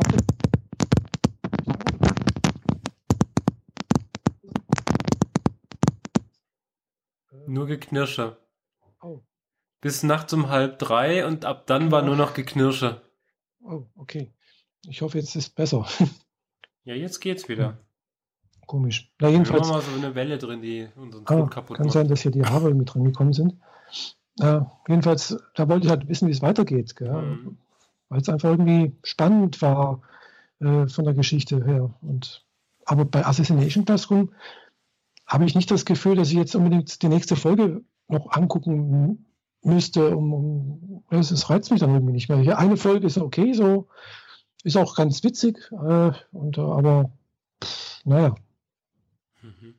Nur Geknirsche. Oh, Bis nachts um 2:30 und ab dann war ja, nur noch Geknirsche. oh, okay. Ich hoffe, jetzt ist es besser. Ja, jetzt geht's wieder. Komisch. Na, Wir haben immer jedenfalls, mal so eine Welle drin, die unseren Ton kaputt kann sein, macht. dass hier die Haare mit dran gekommen sind. Jedenfalls, da wollte ich halt wissen, wie es weitergeht, gell? Mhm. Weil es einfach irgendwie spannend war von der Geschichte her. Aber bei Assassination Classroom habe ich nicht das Gefühl, dass ich jetzt unbedingt die nächste Folge noch angucken müsste. Es reizt mich dann irgendwie nicht mehr. Hier eine Folge ist okay, so ist auch ganz witzig, aber naja, Mhm.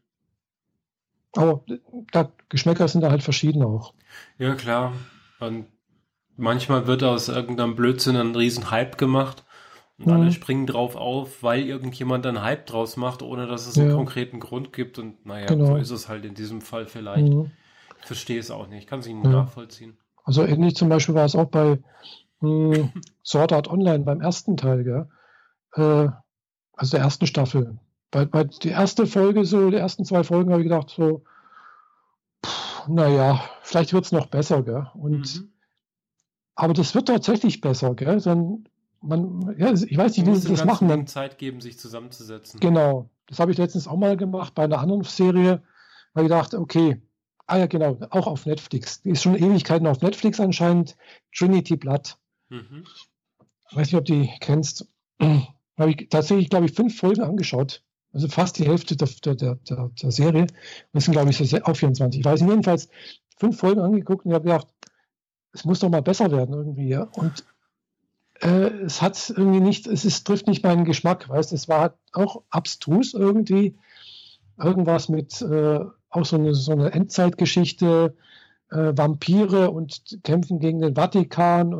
aber Geschmäcker sind da halt verschieden auch. Ja, klar. Und manchmal wird aus irgendeinem Blödsinn ein riesen Hype gemacht und alle Hm, springen drauf auf, weil irgendjemand einen Hype draus macht, ohne dass es einen ja, konkreten Grund gibt. Und naja, so genau. ist es halt in diesem Fall vielleicht. Hm, Ich verstehe es auch nicht. Ich kann es nicht ja. nachvollziehen. Also ähnlich zum Beispiel war es auch bei Sword Art Online beim ersten Teil, gell? Also der ersten Staffel. Bei die erste Folge, so die ersten 2 Folgen, habe ich gedacht, so, naja, vielleicht wird es noch besser, gell? Mhm. Aber das wird tatsächlich besser, gell? Ja, ich weiß nicht, Man wie muss sie dem das ganzen machen. Ding Zeit geben, sich zusammenzusetzen. Genau, das habe ich letztens auch mal gemacht bei einer anderen Serie. Da habe ich gedacht, okay, ja, genau, auch auf Netflix. Die ist schon Ewigkeiten auf Netflix anscheinend. Trinity Blood. Mhm. Ich weiß nicht, ob du die kennst. Habe ich tatsächlich, glaube ich, 5 Folgen angeschaut. Also fast die Hälfte der Serie. Das sind, glaube ich, so auch 24. Ich weiß nicht, jedenfalls 5 Folgen angeguckt und ich habe gedacht, es muss doch mal besser werden irgendwie. Ja. Und es hat irgendwie nicht, trifft nicht meinen Geschmack. Weißt, es war auch abstrus irgendwie. Irgendwas mit auch so eine Endzeitgeschichte, Vampire und kämpfen gegen den Vatikan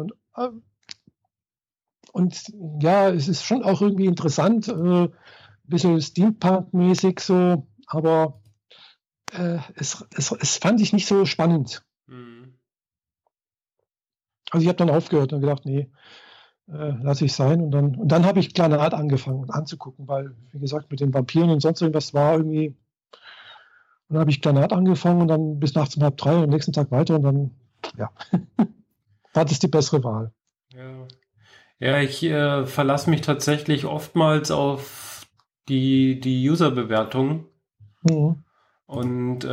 und ja, es ist schon auch irgendwie interessant, ein bisschen Steampunk-mäßig so, aber es fand ich nicht so spannend. Mhm. Also ich habe dann aufgehört und gedacht, nee, lasse ich sein. Und dann habe ich Granat angefangen anzugucken, weil, wie gesagt, mit den Vampiren und sonst irgendwas war irgendwie. Und dann habe ich Granat angefangen und dann bis nachts um 2:30 und am nächsten Tag weiter und dann, ja, war das die bessere Wahl. Ja. Ja, ich verlasse mich tatsächlich oftmals auf die User-Bewertungen Mhm. und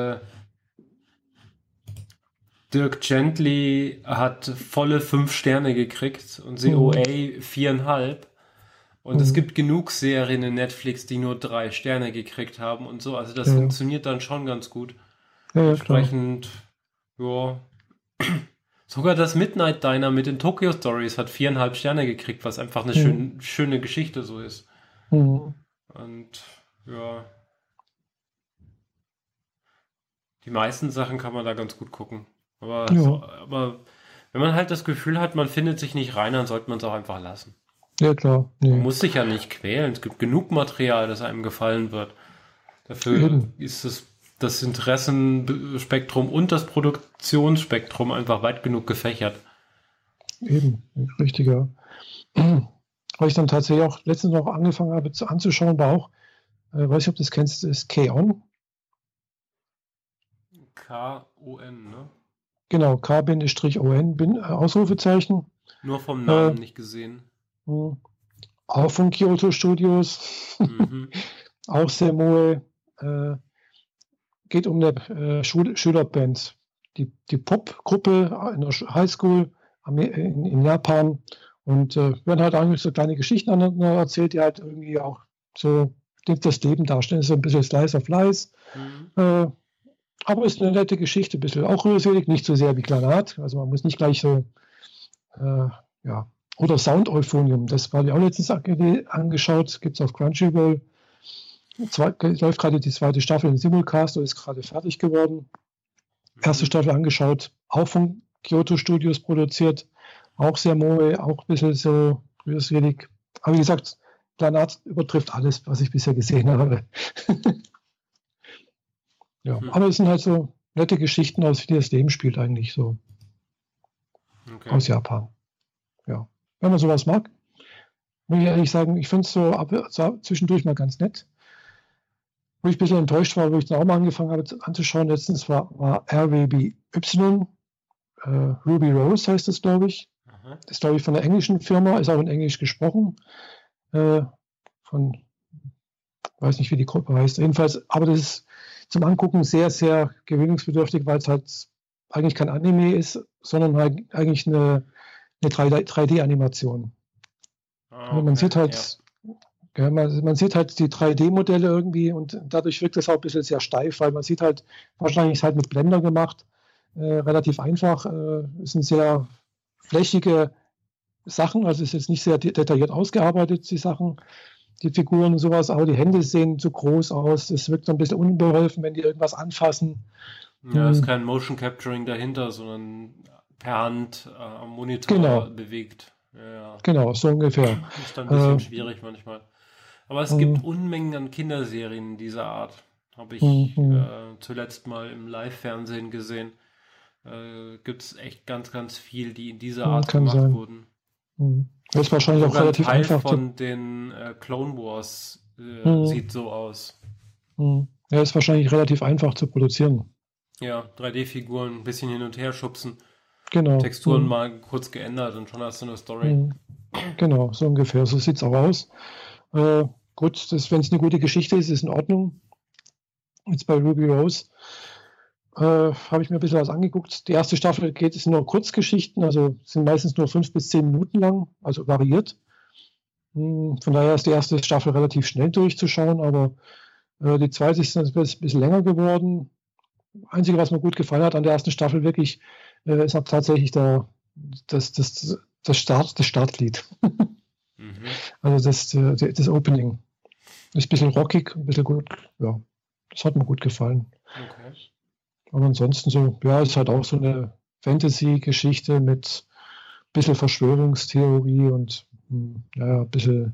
Dirk Gently hat volle 5 Sterne gekriegt und Mhm. COA 4,5. Und es Mhm. gibt genug Serien in Netflix, die nur 3 Sterne gekriegt haben und so. Also das Ja, ja, funktioniert dann schon ganz gut. ja, ja, klar. Entsprechend, ja. Sogar das Midnight Diner mit den Tokyo Stories hat 4,5 Sterne gekriegt, was einfach eine Mhm. schöne Geschichte so ist. Mhm. Und ja, Die meisten Sachen kann man da ganz gut gucken. Aber, Ja. aber wenn man halt das Gefühl hat, man findet sich nicht rein, dann sollte man es auch einfach lassen. Ja, klar. Man Nee. muss sich ja nicht quälen. Es gibt genug Material, das einem gefallen wird. Dafür Eben. ist das Interessenspektrum und das Produktionsspektrum einfach weit genug gefächert. Eben. Richtig, ja. Was ich dann tatsächlich auch letztens noch angefangen habe anzuschauen, war auch, weiß ich, ob du das kennst, ist K-On. K-O-N, ne? Genau, K-O-N, Ausrufezeichen. Nur vom Namen nicht gesehen. Auch von Kyoto Studios. Mhm. Auch sehr moe. Geht um eine Schülerband. Die Popgruppe in der Highschool in Japan. Und werden halt eigentlich so kleine Geschichten aneinander erzählt, die halt irgendwie auch so das Leben darstellen. So ein bisschen Slice of Life. Aber ist eine nette Geschichte, ein bisschen auch rührselig, nicht so sehr wie Granat. Also man muss nicht gleich so, ja. Oder Sound Euphonium, das war ja auch letztens angeschaut, gibt es auf Crunchyroll. Läuft gerade die zweite Staffel in Simulcast und ist gerade fertig geworden. Erste Staffel angeschaut, auch von Kyoto Studios produziert, auch sehr moe, auch ein bisschen so rührselig. Aber wie gesagt, Granat übertrifft alles, was ich bisher gesehen habe. Ja, aber es sind halt so nette Geschichten aus, wie das Leben spielt eigentlich so. Okay. Aus Japan. Ja. Wenn man sowas mag, muss ich ehrlich sagen, ich finde es so zwischendurch mal ganz nett. Wo ich ein bisschen enttäuscht war, wo ich dann auch mal angefangen habe anzuschauen, letztens war RWBY, Ruby Rose heißt das, glaube ich. Das ist, glaube ich, von einer englischen Firma, ist auch in Englisch gesprochen. Weiß nicht, wie die Gruppe heißt. Jedenfalls, aber das ist zum Angucken sehr, sehr gewöhnungsbedürftig, weil es halt eigentlich kein Anime ist, sondern halt eigentlich eine 3D-Animation. Okay, man sieht halt, ja, man sieht halt die 3D-Modelle irgendwie und dadurch wirkt es auch ein bisschen sehr steif, weil man sieht halt, wahrscheinlich ist halt mit Blender gemacht, relativ einfach, es sind sehr flächige Sachen, also es ist jetzt nicht sehr detailliert ausgearbeitet, die Sachen, die Figuren und sowas, aber die Hände sehen zu groß aus, es wirkt so ein bisschen unbeholfen, wenn die irgendwas anfassen. Ja, es ist kein Motion Capturing dahinter, sondern per Hand am Monitor bewegt. Ja. Genau, so ungefähr. Das ist dann ein bisschen schwierig manchmal. Aber es gibt Unmengen an Kinderserien dieser Art. Habe ich zuletzt mal im Live-Fernsehen gesehen. Gibt es echt ganz, ganz viel, die in dieser Art gemacht wurden. Das ist wahrscheinlich auch relativ Teil einfach. Von den Clone Wars sieht so aus. Ja, ist wahrscheinlich relativ einfach zu produzieren. Ja, 3D-Figuren, ein bisschen hin und her schubsen. Genau. Texturen mal kurz geändert und schon hast du eine Story. Genau, so ungefähr. So sieht es auch aus. Gut, wenn es eine gute Geschichte ist in Ordnung. Jetzt bei Ruby Rose habe ich mir ein bisschen was angeguckt. Die erste Staffel sind nur Kurzgeschichten, also sind meistens nur 5 bis 10 Minuten lang, also variiert. Von daher ist die erste Staffel relativ schnell durchzuschauen, aber die zweite ist ein bisschen länger geworden. Einzige, was mir gut gefallen hat an der ersten Staffel wirklich, ist auch tatsächlich das Startlied. Also das Opening. Ist ein bisschen rockig, ein bisschen gut. Ja, das hat mir gut gefallen. Okay. Aber ansonsten so, ja, ist halt auch so eine Fantasy-Geschichte mit ein bisschen Verschwörungstheorie und naja, ein bisschen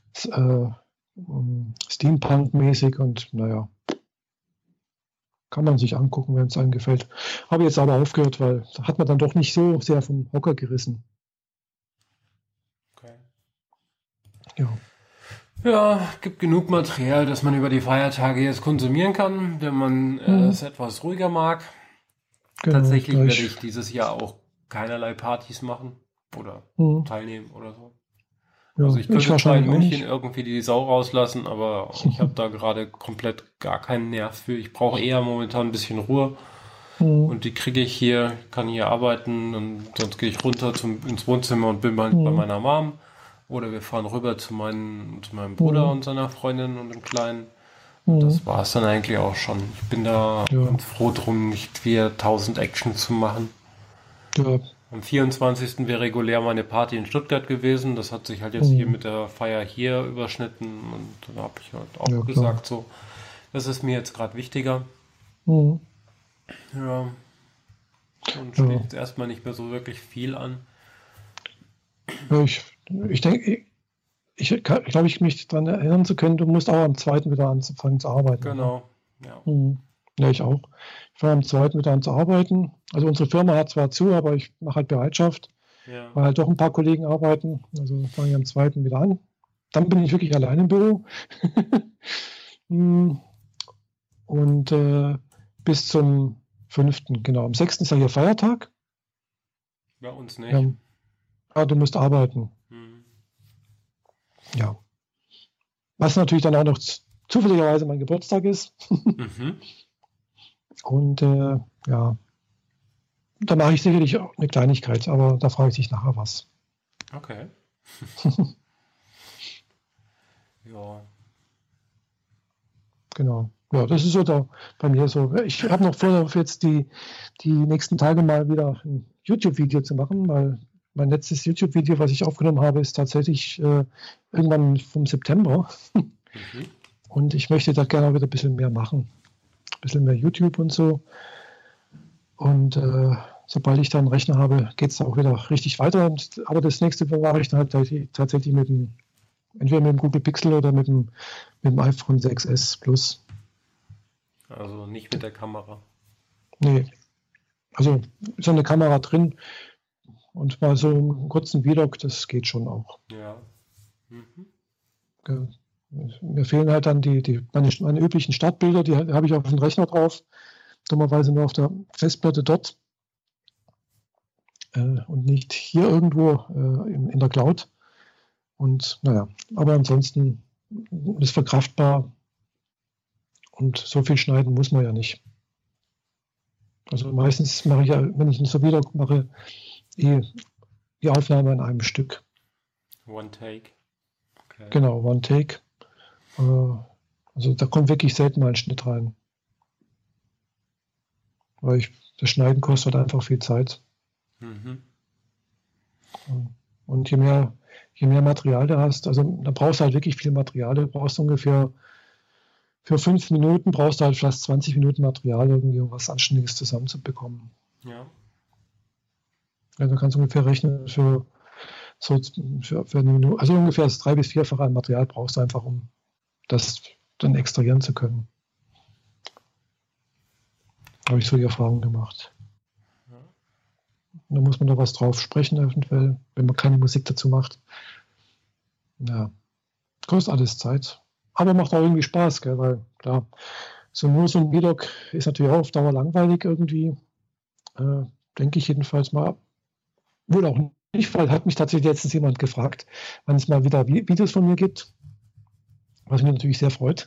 Steampunk-mäßig und naja, kann man sich angucken, wenn es einem gefällt. Habe jetzt aber aufgehört, weil da hat man dann doch nicht so sehr vom Hocker gerissen. Okay. Ja. Ja, gibt genug Material, das man über die Feiertage jetzt konsumieren kann, wenn man es etwas ruhiger mag. Genau, tatsächlich werde ich dieses Jahr auch keinerlei Partys machen oder teilnehmen oder so. Ja, also ich könnte zwar in München irgendwie die Sau rauslassen, aber ich habe da gerade komplett gar keinen Nerv für. Ich brauche eher momentan ein bisschen Ruhe und die kriege ich hier, kann hier arbeiten und sonst gehe ich runter ins Wohnzimmer und bin bei meiner Mom. Oder wir fahren rüber zu meinem Bruder und seiner Freundin und dem Kleinen. Und das war es dann eigentlich auch schon. Ich bin da ganz froh drum, nicht wieder 1000 Action zu machen. Ja. Am 24. wäre regulär meine Party in Stuttgart gewesen. Das hat sich halt jetzt hier mit der Feier hier überschnitten. Und dann habe ich halt auch gesagt, so, das ist mir jetzt gerade wichtiger. Ja. Und steht jetzt erstmal nicht mehr so wirklich viel an. Ja, ich denke, ich glaube, ich mich daran erinnern zu können, du musst auch am 2. wieder anfangen zu arbeiten. Genau, ja. Ja, ich auch. Ich fange am 2. wieder an zu arbeiten. Also unsere Firma hat zwar zu, aber ich mache halt Bereitschaft, weil halt doch ein paar Kollegen arbeiten. Also fange ich am 2. wieder an. Dann bin ich wirklich allein im Büro. Und bis zum 5. Genau. Am 6. ist ja hier Feiertag. Bei uns nicht. Ja, du musst arbeiten. Ja. Was natürlich dann auch noch zufälligerweise mein Geburtstag ist. Und ja, da mache ich sicherlich auch eine Kleinigkeit, aber da frage ich dich nachher was. Okay. Ja. Genau. Ja, das ist so bei mir so. Ich habe noch vor, jetzt die nächsten Tage mal wieder ein YouTube-Video zu machen, weil mein letztes YouTube-Video, was ich aufgenommen habe, ist tatsächlich irgendwann vom September. Und ich möchte da gerne wieder ein bisschen mehr machen. Ein bisschen mehr YouTube und so. Und sobald ich da einen Rechner habe, geht es auch wieder richtig weiter. Aber das nächste mache ich dann halt tatsächlich entweder mit dem Google Pixel oder mit dem iPhone 6s Plus. Also nicht mit der Kamera. Nee. Also ist eine Kamera drin und mal so einen kurzen Vlog, das geht schon auch. Ja. Mir fehlen halt dann meine üblichen Startbilder, die habe ich auf dem Rechner drauf. Dummerweise nur auf der Festplatte dort und nicht hier irgendwo in der Cloud. Und naja, aber ansonsten ist verkraftbar und so viel schneiden muss man ja nicht. Also meistens mache ich ja, wenn ich ein so Vlog mache, die Aufnahme in einem Stück. One Take. Okay. Genau, One Take. Also da kommt wirklich selten mal ein Schnitt rein. Weil das Schneiden kostet einfach viel Zeit. Und je mehr Material du hast, also da brauchst du halt wirklich viel Material. Du brauchst ungefähr für 5 Minuten brauchst du halt fast 20 Minuten Material, irgendwie, um was Anständiges zusammenzubekommen. Ja. Also du kannst ungefähr rechnen für eine Minute, also ungefähr das 3- bis 4-fache an Material brauchst du einfach, um das dann extrahieren zu können. Habe ich so die Erfahrung gemacht. Da muss man da was drauf sprechen, eventuell, wenn man keine Musik dazu macht. Ja, kostet alles Zeit. Aber macht auch irgendwie Spaß, gell? Weil klar, nur so ein Vlog ist natürlich auch auf Dauer langweilig irgendwie. Denke ich jedenfalls mal. Wohl auch nicht, weil hat mich tatsächlich letztens jemand gefragt, wann es mal wieder Videos von mir gibt. Was mich natürlich sehr freut.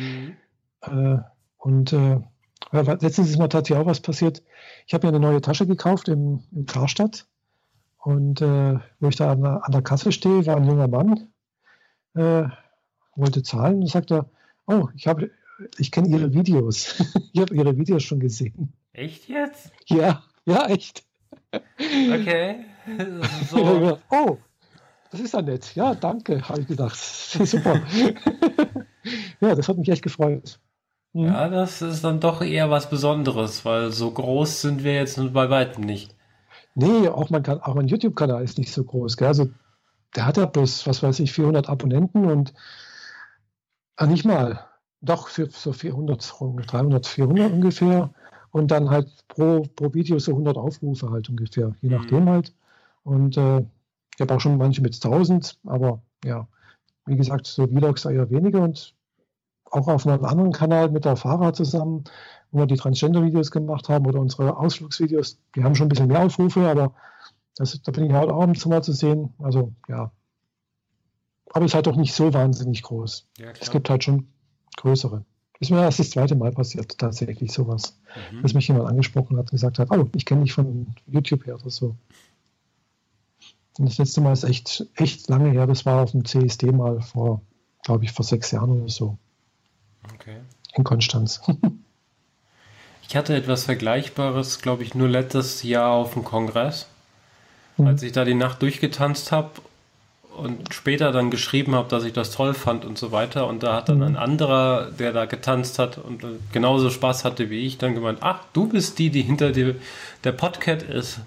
Letztens ist mir tatsächlich auch was passiert. Ich habe mir eine neue Tasche gekauft im Karstadt. Und wo ich da an der Kasse stehe, war ein junger Mann, wollte zahlen und sagte, oh, ich kenne Ihre Videos. Ich habe Ihre Videos schon gesehen. Echt jetzt? Ja, echt. Okay. So. Oh, das ist ja nett. Ja, danke, habe ich gedacht. Super. Ja, das hat mich echt gefreut. Ja, das ist dann doch eher was Besonderes, weil so groß sind wir jetzt bei weitem nicht. Nee, auch mein YouTube-Kanal ist nicht so groß. Gell? Also der hat ja bloß, was weiß ich, 400 Abonnenten und nicht mal, doch für so 400, 300, 400 ungefähr und dann halt pro Video so 100 Aufrufe halt ungefähr, je nachdem halt. Und ich habe auch schon manche mit 1000, aber ja, wie gesagt, so Vlogs eher weniger und auch auf einem anderen Kanal mit der Farah zusammen, wo wir die Transgender-Videos gemacht haben oder unsere Ausflugsvideos, die haben schon ein bisschen mehr Aufrufe, aber da bin ich halt auch abends mal zu sehen. Also ja. Aber es ist halt doch nicht so wahnsinnig groß. Ja, es gibt halt schon größere. Ist mir erst das 2. Mal passiert, tatsächlich sowas. Dass mich jemand angesprochen hat und gesagt hat, oh, ich kenne dich von YouTube her oder so. Und das letzte Mal ist echt lange her. Das war auf dem CSD mal glaube ich, vor 6 Jahren oder so. Okay. In Konstanz. Ich hatte etwas Vergleichbares, glaube ich, nur letztes Jahr auf dem Kongress, als ich da die Nacht durchgetanzt habe und später dann geschrieben habe, dass ich das toll fand und so weiter. Und da hat dann ein anderer, der da getanzt hat und genauso Spaß hatte wie ich, dann gemeint, ach, du bist die hinter dir der Podcat ist.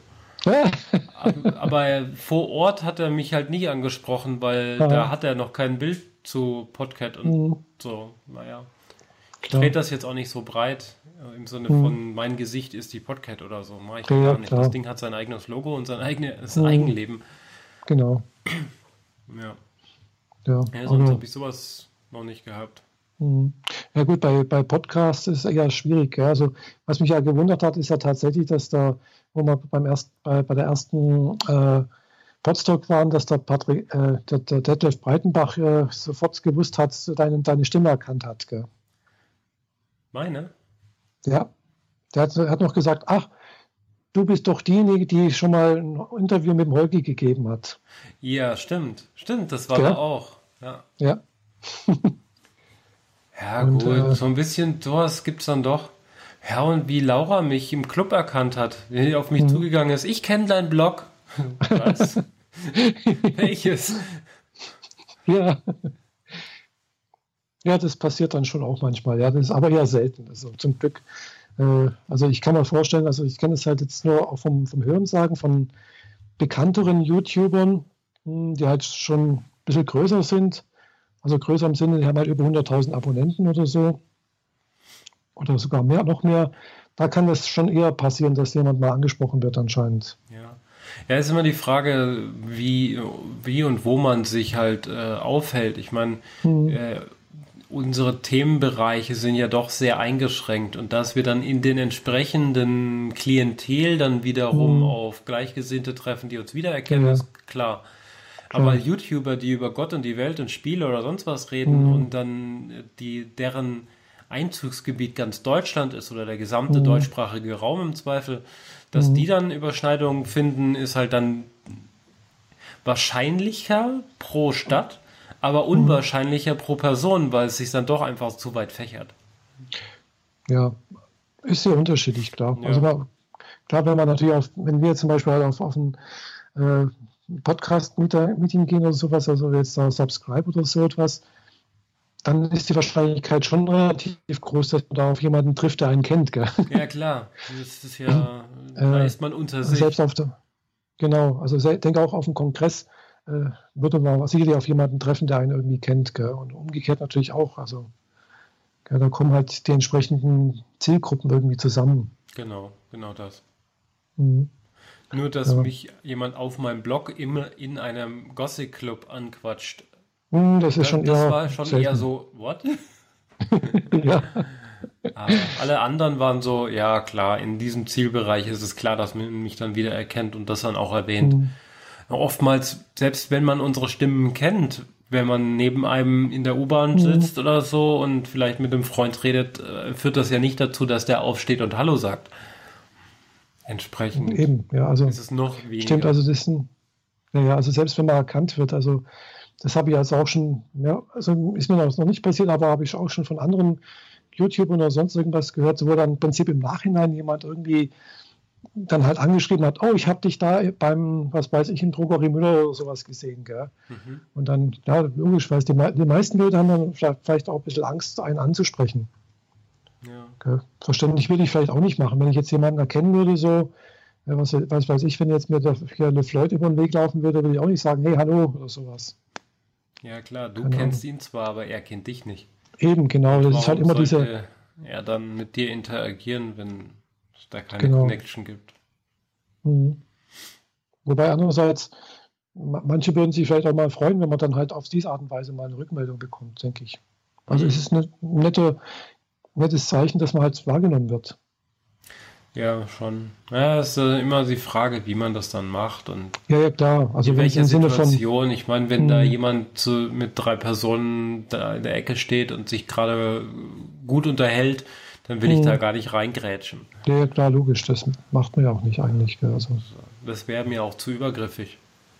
Aber vor Ort hat er mich halt nicht angesprochen, weil da hat er noch kein Bild zu Podcat und so. Naja, ich drehe das jetzt auch nicht so breit im Sinne von mein Gesicht ist die Podcat oder so. Mache ich gar nicht. Das Ding hat sein eigenes Logo und sein eigenes Eigenleben. Genau. Ja. Ja, sonst habe ich sowas noch nicht gehabt. Ja gut, bei Podcasts ist es eher schwierig. Ja. Also was mich ja gewundert hat, ist ja tatsächlich, dass da, wo wir bei der ersten Podstock waren, dass der Detlef Breitenbach sofort gewusst hat, deine Stimme erkannt hat. Gell? Meine? Ja. Der hat noch gesagt, ach, du bist doch diejenige, die schon mal ein Interview mit dem Holgi gegeben hat. Ja, stimmt. Stimmt, das war da auch. Ja. Ja. Ja, und, gut, so ein bisschen sowas gibt es dann doch. Ja, und wie Laura mich im Club erkannt hat, wie auf mich zugegangen ist. Ich kenne deinen Blog. Was? Welches? Ja. Ja, das passiert dann schon auch manchmal. Ja, das ist aber eher selten. Also zum Glück. Also ich kann mir vorstellen, also ich kenne es halt jetzt nur auch vom Hörensagen von bekannteren YouTubern, die halt schon ein bisschen größer sind. Also größer im Sinne, die haben halt über 100.000 Abonnenten oder so. Oder sogar mehr, noch mehr. Da kann das schon eher passieren, dass jemand mal angesprochen wird anscheinend. Ja, ist immer die Frage, wie und wo man sich halt aufhält. Ich meine, unsere Themenbereiche sind ja doch sehr eingeschränkt und dass wir dann in den entsprechenden Klientel dann wiederum auf Gleichgesinnte treffen, die uns wiedererkennen, ist klar. Aber YouTuber, die über Gott und die Welt und Spiele oder sonst was reden und dann deren Einzugsgebiet ganz Deutschland ist oder der gesamte deutschsprachige Raum im Zweifel, dass die dann Überschneidungen finden, ist halt dann wahrscheinlicher pro Stadt, aber unwahrscheinlicher pro Person, weil es sich dann doch einfach zu weit fächert. Ja, ist sehr unterschiedlich, klar. Ja. Also klar, wenn man natürlich wenn wir zum Beispiel halt auf ein Podcast-Meeting gehen oder sowas, also jetzt da Subscribe oder so etwas, dann ist die Wahrscheinlichkeit schon relativ groß, dass man da auf jemanden trifft, der einen kennt. Gell? Ja, klar. Das ist ja, da ist man unter sich. Selbst genau, also ich denke auch auf dem Kongress würde man sicherlich auf jemanden treffen, der einen irgendwie kennt. Gell? Und umgekehrt natürlich auch. Also da kommen halt die entsprechenden Zielgruppen irgendwie zusammen. Genau das. Nur, dass mich jemand auf meinem Blog immer in einem Gothic-Club anquatscht. Das war schon eher so, what? Ja. Alle anderen waren so, ja klar, in diesem Zielbereich ist es klar, dass man mich dann wieder erkennt und das dann auch erwähnt. Oftmals, selbst wenn man unsere Stimmen kennt, wenn man neben einem in der U-Bahn sitzt oder so und vielleicht mit einem Freund redet, führt das ja nicht dazu, dass der aufsteht und Hallo sagt. Entsprechend eben, ja, also ist es noch weniger. Stimmt, also das ist also selbst wenn man erkannt wird, also das habe ich jetzt auch schon, also ist mir noch nicht passiert, aber habe ich auch schon von anderen YouTubern oder sonst irgendwas gehört, wo dann im Prinzip im Nachhinein jemand irgendwie dann halt angeschrieben hat, oh, ich habe dich da beim, was weiß ich, im Drogerie Müller oder sowas gesehen, gell? Und dann, ja, logisch, weil die meisten Leute haben dann vielleicht auch ein bisschen Angst, einen anzusprechen. Ja. Verständlich würde ich vielleicht auch nicht machen. Wenn ich jetzt jemanden erkennen würde, so, was weiß ich, wenn jetzt mir der LeFloid über den Weg laufen würde, würde ich auch nicht sagen, hey, hallo oder sowas. Ja klar, du kennst ihn zwar, aber er kennt dich nicht. Eben, genau. Das ist halt immer diese. Er dann mit dir interagieren, wenn es da keine Connection gibt. Wobei andererseits, manche würden sich vielleicht auch mal freuen, wenn man dann halt auf diese Art und Weise mal eine Rückmeldung bekommt, denke ich. Also es ist ein nettes Zeichen, dass man halt wahrgenommen wird. Ja, schon. Ja, es ist immer die Frage, wie man das dann macht und ja, klar. Also in welcher Situation. Ich meine, wenn da jemand mit 3 Personen da in der Ecke steht und sich gerade gut unterhält, dann will ich da gar nicht reingrätschen. Ja, klar, logisch. Das macht man ja auch nicht eigentlich. Also. Das wäre mir auch zu übergriffig.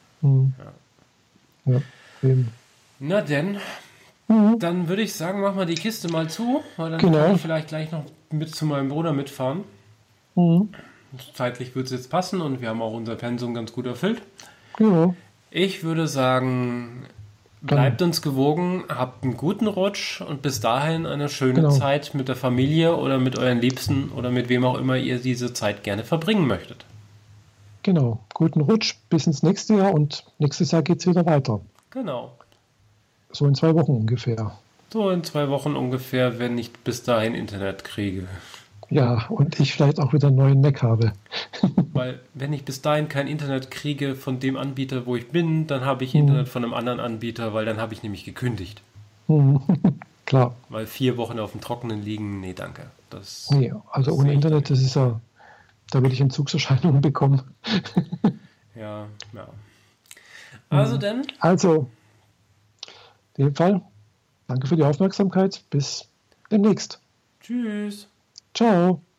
Ja, eben. Na denn, dann würde ich sagen, machen wir die Kiste mal zu, weil dann kann ich vielleicht gleich noch mit zu meinem Bruder mitfahren. Zeitlich wird es jetzt passen und wir haben auch unser Pensum ganz gut erfüllt. Ja. Ich würde sagen, bleibt uns gewogen, habt einen guten Rutsch und bis dahin eine schöne Zeit mit der Familie oder mit euren Liebsten oder mit wem auch immer ihr diese Zeit gerne verbringen möchtet. Genau, guten Rutsch bis ins nächste Jahr und nächstes Jahr geht es wieder weiter. Genau. So in 2 Wochen ungefähr. So in 2 Wochen ungefähr, wenn ich bis dahin Internet kriege. Ja, und ich vielleicht auch wieder einen neuen Mac habe. Weil wenn ich bis dahin kein Internet kriege von dem Anbieter, wo ich bin, dann habe ich Internet von einem anderen Anbieter, weil dann habe ich nämlich gekündigt. Klar. Weil 4 Wochen auf dem Trockenen liegen, nee, danke. Also ohne Internet, das ist ja, da würde ich Entzugserscheinungen bekommen. Ja. Also denn? Also, in dem Fall, danke für die Aufmerksamkeit. Bis demnächst. Tschüss. Ciao.